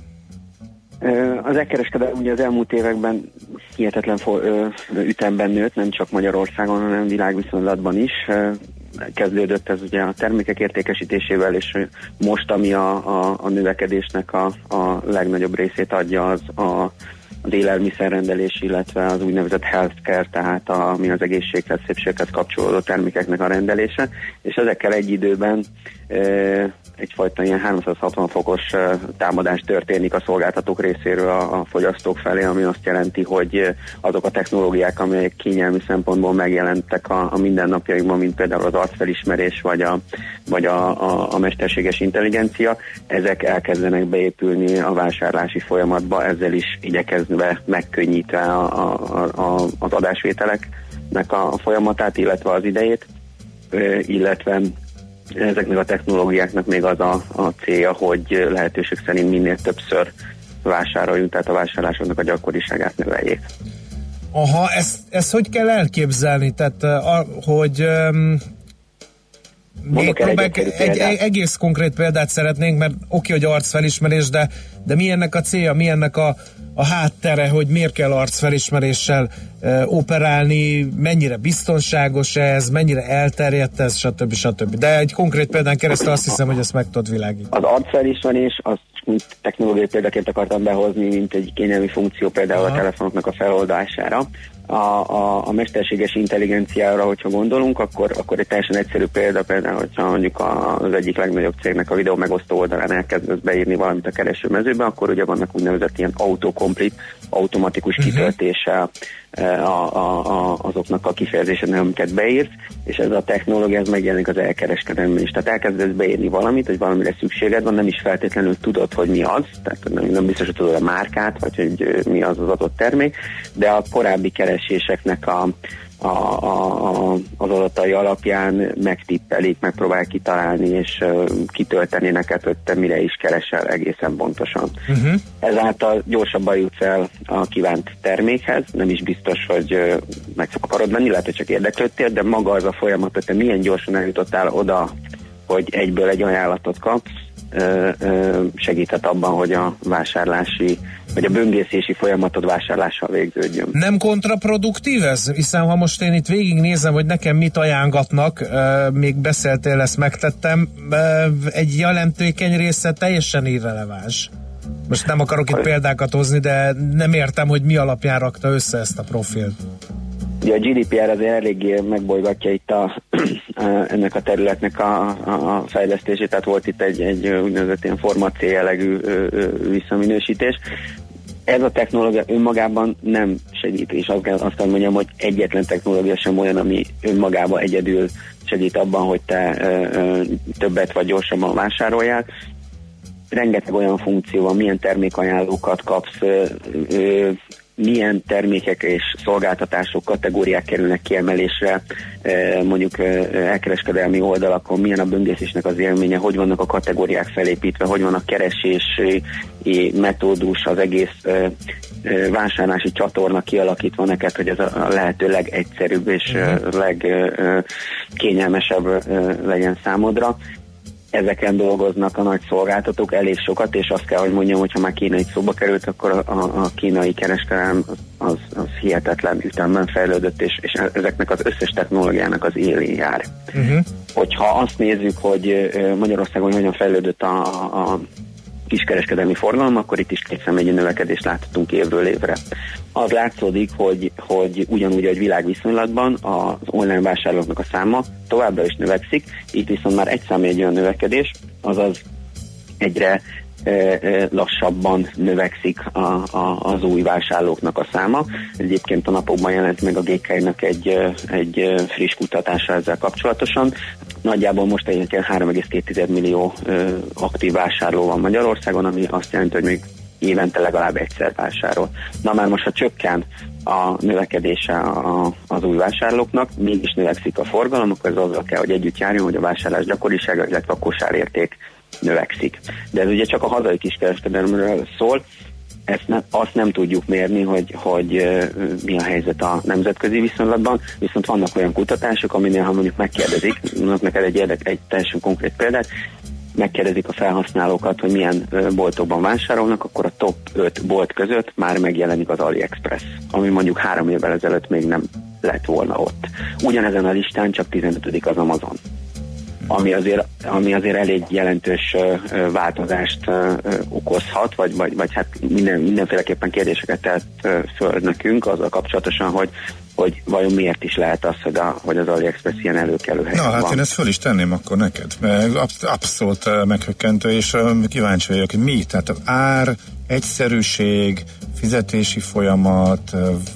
S14: Az elkereskedelem ugye az elmúlt években hihetetlen for, ö, ütemben nőtt, nem csak Magyarországon, hanem világviszonylatban is. Kezdődött ez ugye a termékek értékesítésével, és most, ami a, a, a növekedésnek a, a legnagyobb részét adja, az a, az élelmiszerrendelés, illetve az úgynevezett healthcare, tehát a, ami az egészséghez, szépséghez kapcsolódó termékeknek a rendelése, és ezekkel egy időben e, egyfajta ilyen háromszázhatvan fokos támadás történik a szolgáltatók részéről a, a fogyasztók felé, ami azt jelenti, hogy azok a technológiák, amelyek kényelmi szempontból megjelentek a, a mindennapjainkban, mint például az arcfelismerés, vagy a, vagy a, a, a mesterséges intelligencia, ezek elkezdenek beépülni a vásárlási folyamatba, ezzel is igyekezve megkönnyítve a, a, a, az adásvételeknek a folyamatát, illetve az idejét, illetve ezeknek a technológiáknak még az a, a célja, hogy lehetőség szerint minél többször vásároljunk, tehát a vásárlásoknak a gyakoriságát növeljék.
S4: Aha, ezt, ezt hogy kell elképzelni? Tehát, a, hogy um, még próbáljuk, egy, egy egész konkrét példát szeretnénk, mert oké, hogy arcfelismerés, de, de mi ennek a célja, mi ennek a, a háttere, hogy miért kell arcfelismeréssel e, operálni, mennyire biztonságos ez, mennyire elterjedt ez, stb. stb. De egy konkrét példán keresztül azt hiszem, hogy ezt meg tudod világítani.
S14: Az arcfelismerés, azt mint technológiai példaként akartam behozni, mint egy kényelmi funkció például Aha. a telefonoknak a feloldására. A, a, a mesterséges intelligenciára, hogyha gondolunk, akkor, akkor egy teljesen egyszerű példa, például, hogyha mondjuk az egyik legnagyobb cégnek a videó megosztó oldalán elkezdesz beírni valamit a keresőmezőbe, akkor ugye vannak úgynevezett ilyen autocomplete, automatikus uh-huh. kitöltése a, a, a, azoknak a kifejezésen, amiket beírsz, és ez a technológia, ez megjelenik az elkereskedelemben is. Tehát elkezdesz beírni valamit, hogy valamire szükséged van, nem is feltétlenül tudod, hogy mi az, tehát nem, nem biztos, hogy tudod a márkát, vagy hogy mi az az adott termék, de a korábbi kereséseknek a, a, a, az adatai alapján megtippelik, megpróbálják kitalálni, és uh, kitölteni neked, hogy te mire is keresel egészen pontosan. Uh-huh. Ezáltal gyorsabban jutsz el a kívánt termékhez, nem is biztos, hogy uh, meg akarod venni, lehet, hogy csak érdeklődtél, de maga az a folyamat, hogy te milyen gyorsan eljutottál oda, hogy egyből egy ajánlatot kapsz, segíthet abban, hogy a vásárlási, vagy a böngészési folyamatod vásárlással végződjön.
S4: Nem kontraproduktív ez? Hiszen ha most én itt végignézem, hogy nekem mit ajánlatnak, még beszéltél, ezt megtettem, egy jelentékeny része teljesen irreleváns. Most nem akarok itt példákat hozni, de nem értem, hogy mi alapján rakta össze ezt a profilt.
S14: Ugye a gé dé pé er azért eléggé megbolygatja itt a, a, ennek a területnek a, a, a fejlesztését, tehát volt itt egy, egy úgynevezett ilyen forma C jellegű ö, ö, visszaminősítés. Ez a technológia önmagában nem segít, és azt kell, azt kell mondjam, hogy egyetlen technológia sem olyan, ami önmagában egyedül segít abban, hogy te ö, ö, többet vagy gyorsabban vásároljál. Rengeteg olyan funkció van, milyen termékajánlókat kapsz, ö, ö, milyen termékek és szolgáltatások, kategóriák kerülnek kiemelésre, mondjuk elkereskedelmi oldalakon, milyen a böngészésnek az élménye, hogy vannak a kategóriák felépítve, hogy van a keresési metódus, az egész vásárlási csatorna kialakítva neked, hogy ez a lehető legegyszerűbb és legkényelmesebb legyen számodra. ezeken dolgoznak a nagy szolgáltatók elég sokat, és azt kell, hogy mondjam, hogyha már Kína itt szóba került, akkor a, a, a kínai kereskedelem az, az, az hihetetlen ütemben fejlődött, és, és ezeknek az összes technológiának az élén jár. Uh-huh. Hogyha azt nézzük, hogy Magyarországon hogyan fejlődött a, a kiskereskedelmi forgalom, akkor itt is kétszámjegyű növekedést láthatunk évről évre. Az látszódik, hogy, hogy ugyanúgy, hogy világviszonylatban az online vásárlóknak a száma továbbra is növekszik, itt viszont már egy számjegyű a növekedés, azaz egyre e, e, lassabban növekszik a, a, az új vásárlóknak a száma. Egyébként a napokban jelent meg a gé ká i-nak egy, egy friss kutatása ezzel kapcsolatosan. Nagyjából most egy három egész két millió ö, aktív vásárló van Magyarországon, ami azt jelenti, hogy még évente legalább egyszer vásárol. Na már most, ha csökken a növekedése a, az új vásárlóknak, mégis növekszik a forgalom, akkor ez azzal kell, hogy együtt járjon, hogy a vásárlás gyakorisága, illetve a kosárérték növekszik. De ez ugye csak a hazai kiskereskedelemről szól, ezt ne, azt nem tudjuk mérni, hogy, hogy uh, mi a helyzet a nemzetközi viszonylatban, viszont vannak olyan kutatások, aminél, ha mondjuk megkérdezik, mondok neked egy, érdek, egy teljesen konkrét példát, megkérdezik a felhasználókat, hogy milyen uh, boltokban vásárolnak, akkor a top öt bolt között már megjelenik az AliExpress, ami mondjuk három évvel ezelőtt még nem lett volna ott. Ugyanezen a listán csak tizenötödik az Amazon. Ami azért, ami azért elég jelentős uh, változást uh, okozhat, vagy, vagy, vagy hát minden, mindenféleképpen kérdéseket tett uh, föl nekünk azzal kapcsolatosan, hogy, hogy vajon miért is lehet az, hogy, a, hogy az AliExpress ilyen előkelő helyen
S9: van. Na hát
S14: van.
S9: én ezt föl is tenném akkor neked. Absz- abszolút uh, meghökkentő, és uh, kíváncsi vagyok, hogy mi? Tehát az ár, egyszerűség, fizetési folyamat,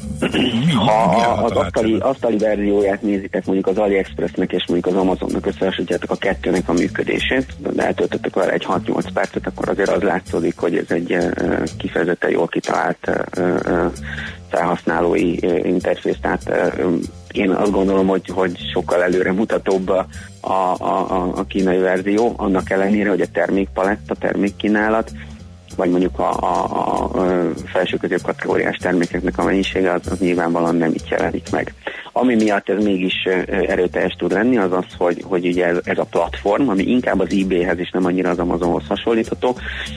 S9: mi?
S14: Ha mi az asztali, asztali verzióját nézitek mondjuk az AliExpressnek és mondjuk az Amazonnak, összehasonlítjátok a kettőnek a működését, de eltöltöttek vele egy hat-nyolc percet, akkor azért az látszódik, hogy ez egy uh, kifejezetten jól kitalált uh, uh, felhasználói uh, interfész, tehát uh, én azt gondolom, hogy, hogy sokkal előre mutatóbb a, a, a, a kínai verzió, annak ellenére, hogy a termékpalett, a termékkínálat, vagy mondjuk a, a, a felső közép kategóriás termékeknek a mennyisége, az, az nyilvánvalóan nem itt jelenik meg. Ami miatt ez mégis erőteljes tud lenni, az az, hogy, hogy ugye ez, ez a platform, ami inkább az eBayhez és nem annyira az Amazonhoz hasonlítható,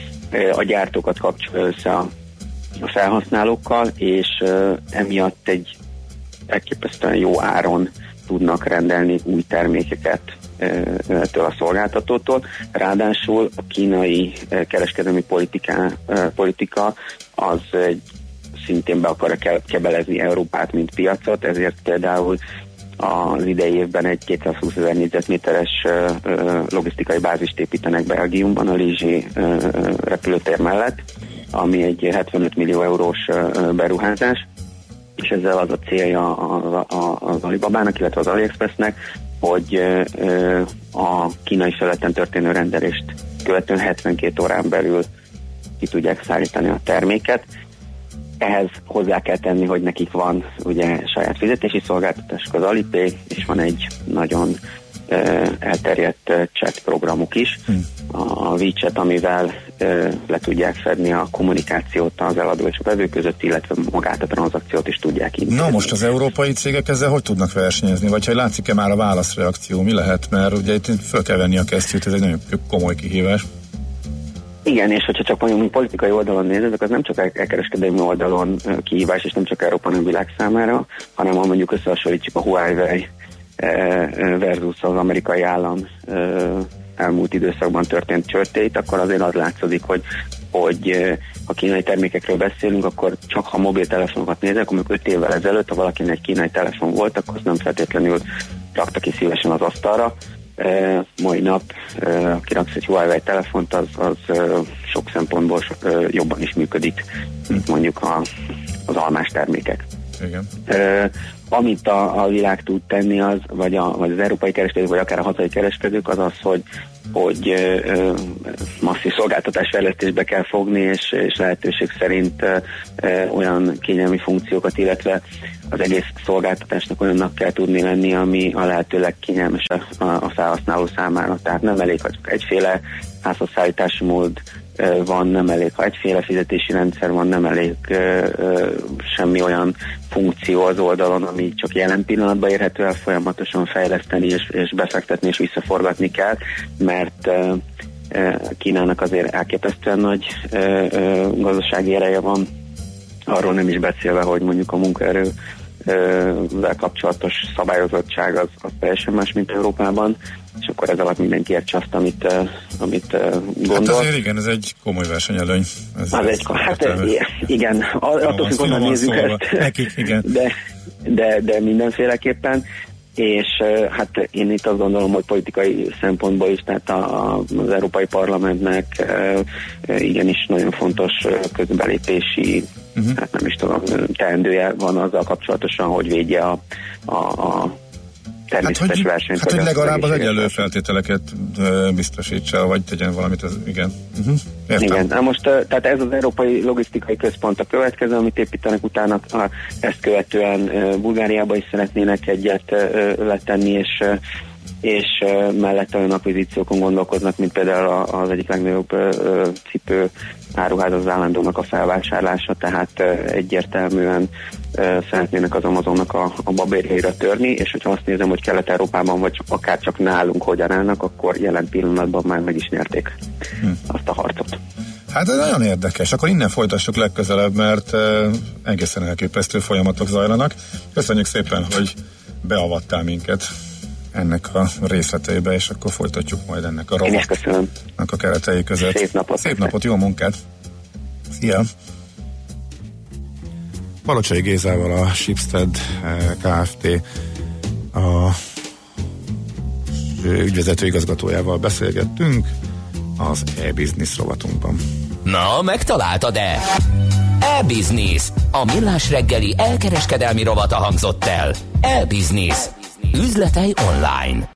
S14: a gyártókat kapcsolja össze a, a felhasználókkal, és emiatt egy elképesztően jó áron tudnak rendelni új termékeket ettől a szolgáltatótól. Ráadásul a kínai kereskedelmi politika, politika az egy, szintén be akarja kebelezni Európát, mint piacot, ezért például az idei évben egy kétszázhúszezer négyzetméteres logisztikai bázist építenek Belgiumban, a Ligier repülőtér mellett, ami egy hetvenöt millió eurós beruházás, és ezzel az a célja az Alibabának, illetve az AliExpressnek, hogy a kínai felületen történő rendelést követően hetvenkét órán belül ki tudják szállítani a terméket. Ehhez hozzá kell tenni, hogy nekik van ugye saját fizetési szolgáltatásuk, az Alipay, és van egy nagyon elterjedt chat programuk is, hmm. a WeChat, amivel le tudják fedni a kommunikációt az eladó és a vevő között, illetve magát a tranzakciót is tudják intézni.
S9: Na most az európai cégek ezzel hogy tudnak versenyezni? Vagy hogy látszik-e már a válaszreakció? Mi lehet? Mert ugye itt föl kell venni a kesztyűt, ez egy nagyon komoly kihívás.
S14: Igen, és hogyha csak mondjuk politikai oldalon nézzük, az nem csak elkereskedelmi oldalon kihívás, és nem csak Európa, hanem világ számára, hanem ha mondjuk összehasonlítjuk a Huawei versus az amerikai állam elmúlt időszakban történt csörtét, akkor azért az látszik, hogy, hogy ha kínai termékekről beszélünk, akkor csak ha mobiltelefonokat nézek, amikor öt évvel ezelőtt, ha valakinek egy kínai telefon volt, akkor az nem feltétlenül rakta ki szívesen az asztalra. Uh, mai nap, uh, aki raksz egy Huawei telefont, az, az uh, sok szempontból uh, jobban is működik, mint mondjuk a, az almás termékek.
S9: Igen.
S14: Uh, amit a, a világ tud tenni, az, vagy, a, vagy az európai kereskedők, vagy akár a hazai kereskedők, az az, hogy, hogy uh, masszív szolgáltatásfejlesztésbe kell fogni, és, és lehetőség szerint uh, uh, olyan kényelmi funkciókat, illetve az egész szolgáltatásnak olyannak kell tudni lenni, ami a lehető legkényelmesebb a, a felhasználó számára. Tehát nem elég, hogy egyféle házhozszállítási mód van, nem elég, ha egyféle fizetési rendszer van, nem elég ö, ö, semmi olyan funkció az oldalon, ami csak jelen pillanatban érhető el, folyamatosan fejleszteni és, és befektetni és visszaforgatni kell, mert ö, ö, Kínának azért elképesztően nagy ö, ö, gazdasági ereje van, arról nem is beszélve, hogy mondjuk a munkaerő vel kapcsolatos szabályozottság az, az teljesen más, mint Európában, és akkor ez alatt mindenki értse azt, amit, amit gondol.
S9: Hát azért igen, ez egy komoly versenyelőny. Ez
S14: az egy, hát igen, attól függ, honnan nézzük ezt,
S9: nekik, igen.
S14: De, de, de mindenféleképpen, és hát én itt azt gondolom, hogy politikai szempontból is, tehát a, az Európai Parlamentnek igenis nagyon fontos közbelépési Uh-huh. hát nem is tudom, teendője van azzal kapcsolatosan, hogy védje a, a, a természetes
S9: hát, hogy,
S14: versenyt.
S9: Hát, hogy legalább az egyenlő feltételeket biztosítsa, vagy tegyen valamit, az, igen. Uh-huh.
S14: Igen, na most tehát ez az Európai Logisztikai Központ a következő, amit építenek, utána ezt követően Bulgáriába is szeretnének egyet letenni, és és mellette olyan akvizíciókon gondolkoznak, mint például az egyik legnagyobb cipő áruház az állandónak a felvásárlása, tehát egyértelműen szeretnének az Amazonnak a, a babérjaira törni, és hogyha azt nézem, hogy Kelet-Európában, vagy akár csak nálunk hogyan állnak, akkor jelen pillanatban már meg is nyerték hm. azt a harcot.
S9: Hát ez nagyon érdekes. Akkor innen folytassuk legközelebb, mert egészen elképesztő folyamatok zajlanak. Köszönjük szépen, hogy beavattál minket ennek a részleteibe, és akkor folytatjuk majd ennek a rovatnak a keretei között.
S14: Szép napot!
S9: Szép napot, jó munkát! Szia! Balocsai Gézával, a Shipstead Kft. A ügyvezető igazgatójával beszélgettünk az e-business rovatunkban.
S1: Na, megtaláltad-e? E-business, a millás reggeli elkereskedelmi rovata hangzott el. E-business. Üzletei online.